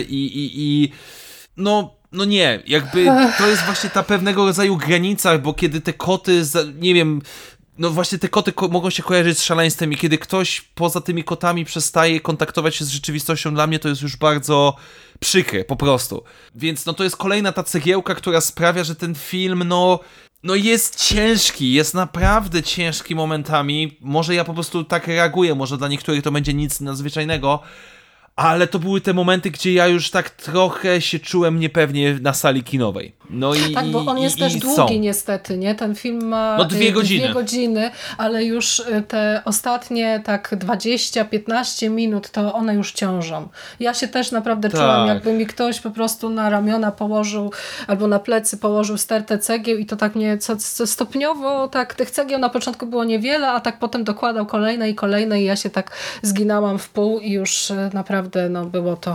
no nie, jakby to jest właśnie ta pewnego rodzaju granica, bo kiedy te koty, nie wiem, no właśnie te koty mogą się kojarzyć z szaleństwem i kiedy ktoś poza tymi kotami przestaje kontaktować się z rzeczywistością, dla mnie to jest już bardzo przykre, po prostu. Więc no to jest kolejna ta cegiełka, która sprawia, że ten film, no jest ciężki, jest naprawdę ciężki momentami. Może ja po prostu tak reaguję, może dla niektórych to będzie nic nadzwyczajnego, ale to były te momenty, gdzie ja już tak trochę się czułem niepewnie na sali kinowej. No i tak, bo on jest też długi niestety, nie? Ten film ma 2 godziny. 2 godziny, ale już te ostatnie tak 20-15 minut, to one już ciążą. Ja się też naprawdę czułam, jakby mi ktoś po prostu na ramiona położył, albo na plecy położył stertę cegieł i to tak mnie stopniowo, tak tych cegieł na początku było niewiele, a tak potem dokładał kolejne i ja się tak zginałam w pół i już naprawdę było to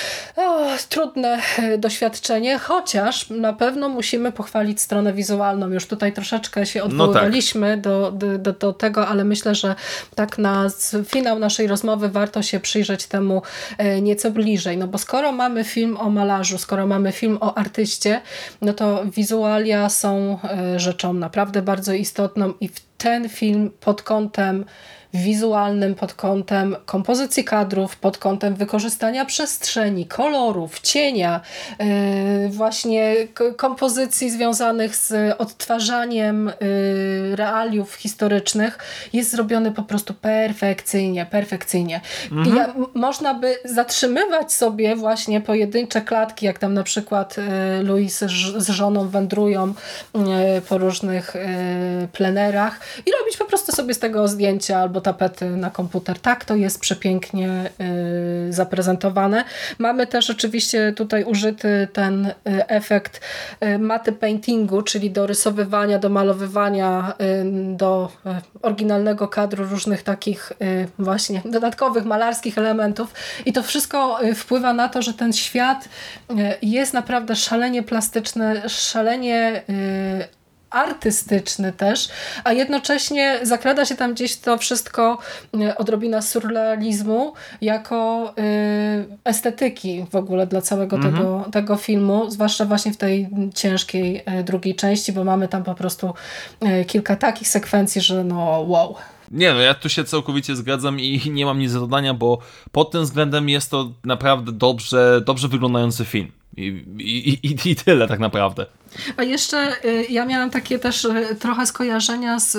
trudne doświadczenie, chociaż na pewno musimy pochwalić stronę wizualną. Już tutaj troszeczkę się odwoływaliśmy do tego, ale myślę, że tak na finał naszej rozmowy warto się przyjrzeć temu nieco bliżej. No bo skoro mamy film o malarzu, skoro mamy film o artyście, no to wizualia są rzeczą naprawdę bardzo istotną i ten film pod kątem wizualnym, pod kątem kompozycji kadrów, pod kątem wykorzystania przestrzeni, kolorów, cienia, właśnie kompozycji związanych z odtwarzaniem realiów historycznych jest zrobiony po prostu perfekcyjnie. I można by zatrzymywać sobie właśnie pojedyncze klatki, jak tam na przykład Louis z żoną wędrują po różnych plenerach i robić po prostu sobie z tego zdjęcia albo tapety na komputer. Tak, to jest przepięknie zaprezentowane. Mamy też oczywiście tutaj użyty ten efekt matte paintingu, czyli dorysowywania, domalowywania do oryginalnego kadru różnych takich właśnie dodatkowych malarskich elementów i to wszystko wpływa na to, że ten świat jest naprawdę szalenie plastyczny, szalenie artystyczny też, a jednocześnie zakrada się tam gdzieś to wszystko odrobina surrealizmu jako estetyki w ogóle dla całego tego filmu, zwłaszcza właśnie w tej ciężkiej drugiej części, bo mamy tam po prostu kilka takich sekwencji, że wow. Nie, ja tu się całkowicie zgadzam i nie mam nic do dodania, bo pod tym względem jest to naprawdę dobrze wyglądający film. I tyle tak naprawdę. A jeszcze ja miałam takie też trochę skojarzenia z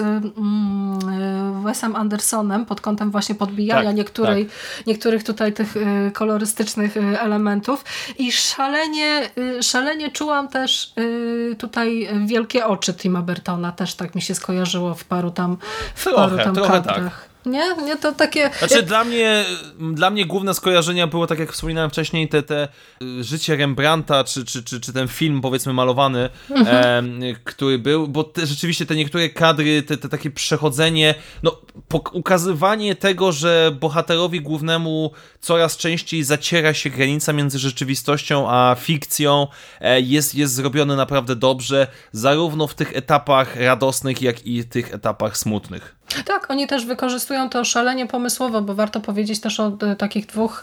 Wesem Andersonem pod kątem właśnie podbijania niektórych tutaj tych kolorystycznych elementów i szalenie czułam też tutaj wielkie oczy Tima Burtona, też tak mi się skojarzyło w paru tam kadrach. Tak. Nie, to takie... Znaczy dla mnie główne skojarzenia było, tak jak wspominałem wcześniej, te życie Rembrandta, czy ten film, powiedzmy, malowany, który był, bo rzeczywiście te niektóre kadry, te takie przechodzenie, ukazywanie tego, że bohaterowi głównemu coraz częściej zaciera się granica między rzeczywistością a fikcją, jest zrobione naprawdę dobrze, zarówno w tych etapach radosnych, jak i tych etapach smutnych. Tak, oni też wykorzystują to szalenie pomysłowo, bo warto powiedzieć też o takich dwóch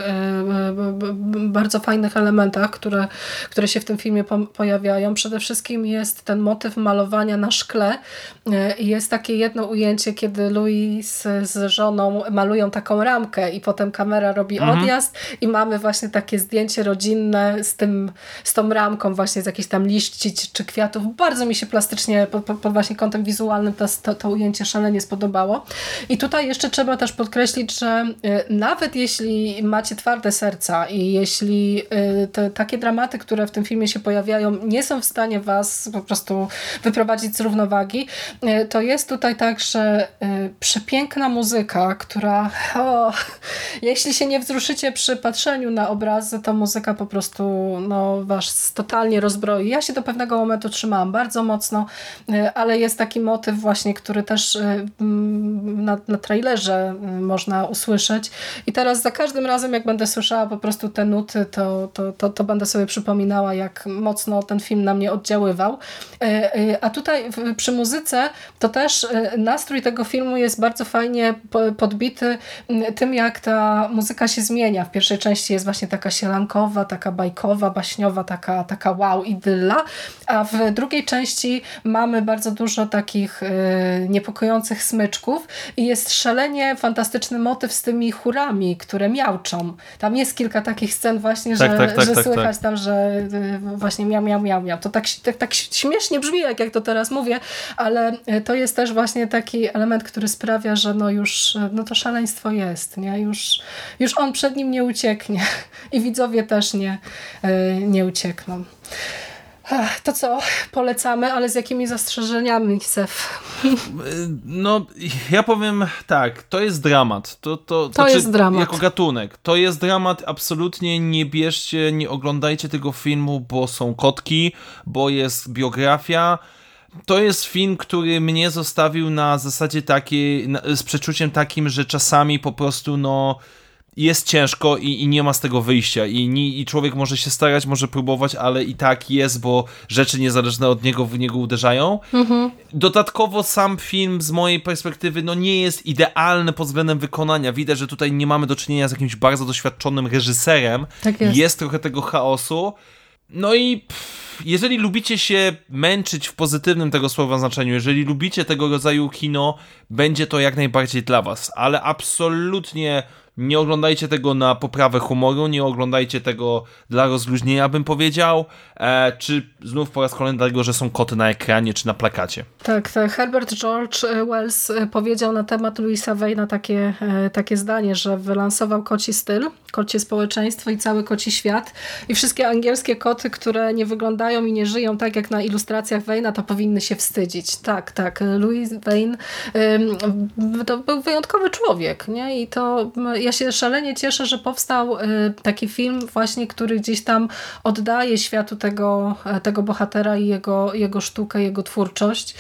bardzo fajnych elementach, które się w tym filmie pojawiają. Przede wszystkim jest ten motyw malowania na szkle. Jest takie jedno ujęcie, kiedy Louis z żoną malują taką ramkę i potem kamera robi odjazd i mamy właśnie takie zdjęcie rodzinne z tą ramką właśnie z jakichś tam liści czy kwiatów. Bardzo mi się plastycznie pod właśnie kątem wizualnym to ujęcie szalenie spodobało. podobało. I tutaj jeszcze trzeba też podkreślić, że nawet jeśli macie twarde serca i jeśli te takie dramaty, które w tym filmie się pojawiają, nie są w stanie was po prostu wyprowadzić z równowagi, to jest tutaj także przepiękna muzyka, która jeśli się nie wzruszycie przy patrzeniu na obrazy, to muzyka po prostu was totalnie rozbroi. Ja się do pewnego momentu trzymałam bardzo mocno, ale jest taki motyw właśnie, który też na trailerze można usłyszeć i teraz za każdym razem, jak będę słyszała po prostu te nuty, to będę sobie przypominała, jak mocno ten film na mnie oddziaływał. A tutaj przy muzyce to też nastrój tego filmu jest bardzo fajnie podbity tym, jak ta muzyka się zmienia. W pierwszej części jest właśnie taka sielankowa, taka bajkowa, baśniowa, taka wow, idylla, a w drugiej części mamy bardzo dużo takich niepokojących smyczków i jest szalenie fantastyczny motyw z tymi chórami, które miauczą. Tam jest kilka takich scen właśnie, że słychać tam, że właśnie miau, miau, miau, miau. To tak śmiesznie brzmi, jak to teraz mówię, ale to jest też właśnie taki element, który sprawia, że już to szaleństwo jest, nie? Już on przed nim nie ucieknie i widzowie też nie uciekną. To co? Polecamy, ale z jakimi zastrzeżeniami, Sef? Ja powiem tak, to jest dramat. To jest dramat. Jako gatunek. To jest dramat, absolutnie nie bierzcie, nie oglądajcie tego filmu, bo są kotki, bo jest biografia. To jest film, który mnie zostawił na zasadzie takiej, z przeczuciem takim, że czasami po prostu jest ciężko i nie ma z tego wyjścia i człowiek może się starać, może próbować, ale i tak jest, bo rzeczy niezależne od niego w niego uderzają. Mhm. Dodatkowo sam film z mojej perspektywy nie jest idealny pod względem wykonania. Widać, że tutaj nie mamy do czynienia z jakimś bardzo doświadczonym reżyserem. Tak jest. Jest trochę tego chaosu. Jeżeli lubicie się męczyć w pozytywnym tego słowa znaczeniu, jeżeli lubicie tego rodzaju kino, będzie to jak najbardziej dla was, ale absolutnie nie oglądajcie tego na poprawę humoru, nie oglądajcie tego dla rozluźnienia, bym powiedział, czy znów po raz kolejny dlatego, że są koty na ekranie, czy na plakacie. Tak, Herbert George Wells powiedział na temat Louisa Wane'a takie zdanie, że wylansował koci styl, kocie społeczeństwo i cały koci świat i wszystkie angielskie koty, które nie wyglądają i nie żyją tak jak na ilustracjach Wane'a, to powinny się wstydzić. Tak, Louis Wayne to był wyjątkowy człowiek, nie? I to ja się szalenie cieszę, że powstał taki film właśnie, który gdzieś tam oddaje światu tego bohatera i jego sztukę, jego twórczość.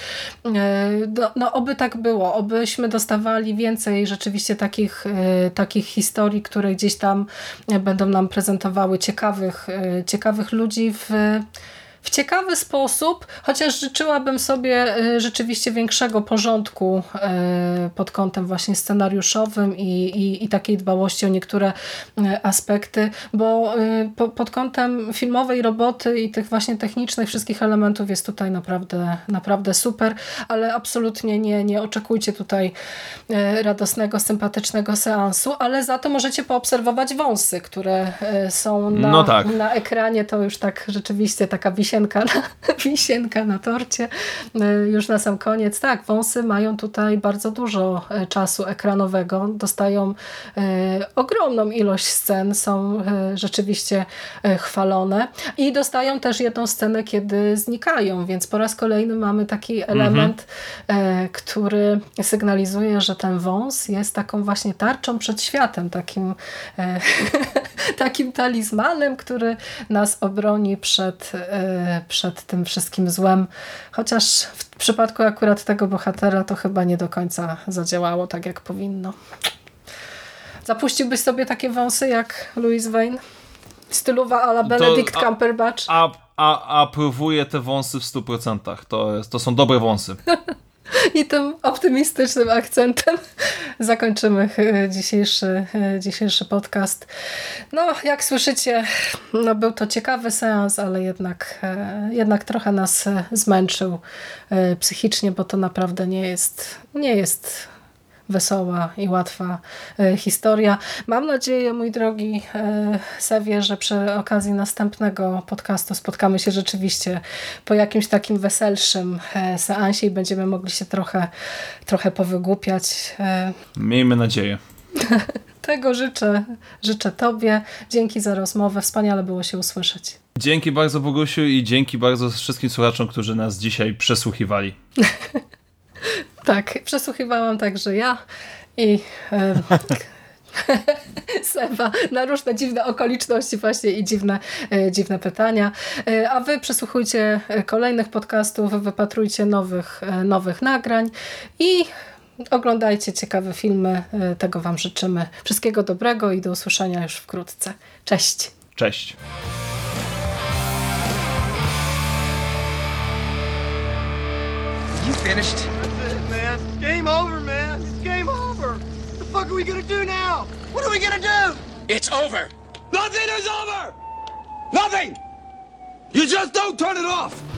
Oby tak było, obyśmy dostawali więcej rzeczywiście takich historii, które gdzieś tam będą nam prezentowały ciekawych ludzi w ciekawy sposób, chociaż życzyłabym sobie rzeczywiście większego porządku pod kątem właśnie scenariuszowym i takiej dbałości o niektóre aspekty, bo pod kątem filmowej roboty i tych właśnie technicznych wszystkich elementów jest tutaj naprawdę super, ale absolutnie nie oczekujcie tutaj radosnego, sympatycznego seansu, ale za to możecie poobserwować wąsy, które są na ekranie, to już tak rzeczywiście taka wisienka na torcie. Już na sam koniec. Tak, wąsy mają tutaj bardzo dużo czasu ekranowego. Dostają ogromną ilość scen. Są rzeczywiście chwalone. I dostają też jedną scenę, kiedy znikają, więc po raz kolejny mamy taki element, który sygnalizuje, że ten wąs jest taką właśnie tarczą przed światem. Takim talizmanem, który nas obroni przed tym wszystkim złem. Chociaż w przypadku akurat tego bohatera to chyba nie do końca zadziałało tak, jak powinno. Zapuściłbyś sobie takie wąsy jak Louis Wayne? Stylowa a la Benedict Cumberbatch? Próbuję te wąsy w 100%. To są dobre wąsy. I tym optymistycznym akcentem zakończymy dzisiejszy podcast. Jak słyszycie, był to ciekawy seans, ale jednak trochę nas zmęczył psychicznie, bo to naprawdę nie jest wesoła i łatwa historia. Mam nadzieję, mój drogi Sewie, że przy okazji następnego podcastu spotkamy się rzeczywiście po jakimś takim weselszym seansie i będziemy mogli się trochę powygłupiać. Miejmy nadzieję. Tego życzę Tobie. Dzięki za rozmowę. Wspaniale było się usłyszeć. Dzięki bardzo, Bogusiu, i dzięki bardzo wszystkim słuchaczom, którzy nas dzisiaj przesłuchiwali. Tak, przesłuchiwałam także ja i Sewa na różne dziwne okoliczności właśnie i dziwne pytania. A wy przesłuchujcie kolejnych podcastów, wypatrujcie nowych nagrań i oglądajcie ciekawe filmy. Tego wam życzymy. Wszystkiego dobrego i do usłyszenia już wkrótce. Cześć. Cześć. You finished? That's it, man. Game over, man. It's game over. What the fuck are we gonna do now? What are we gonna do? It's over. Nothing is over! Nothing! You just don't turn it off!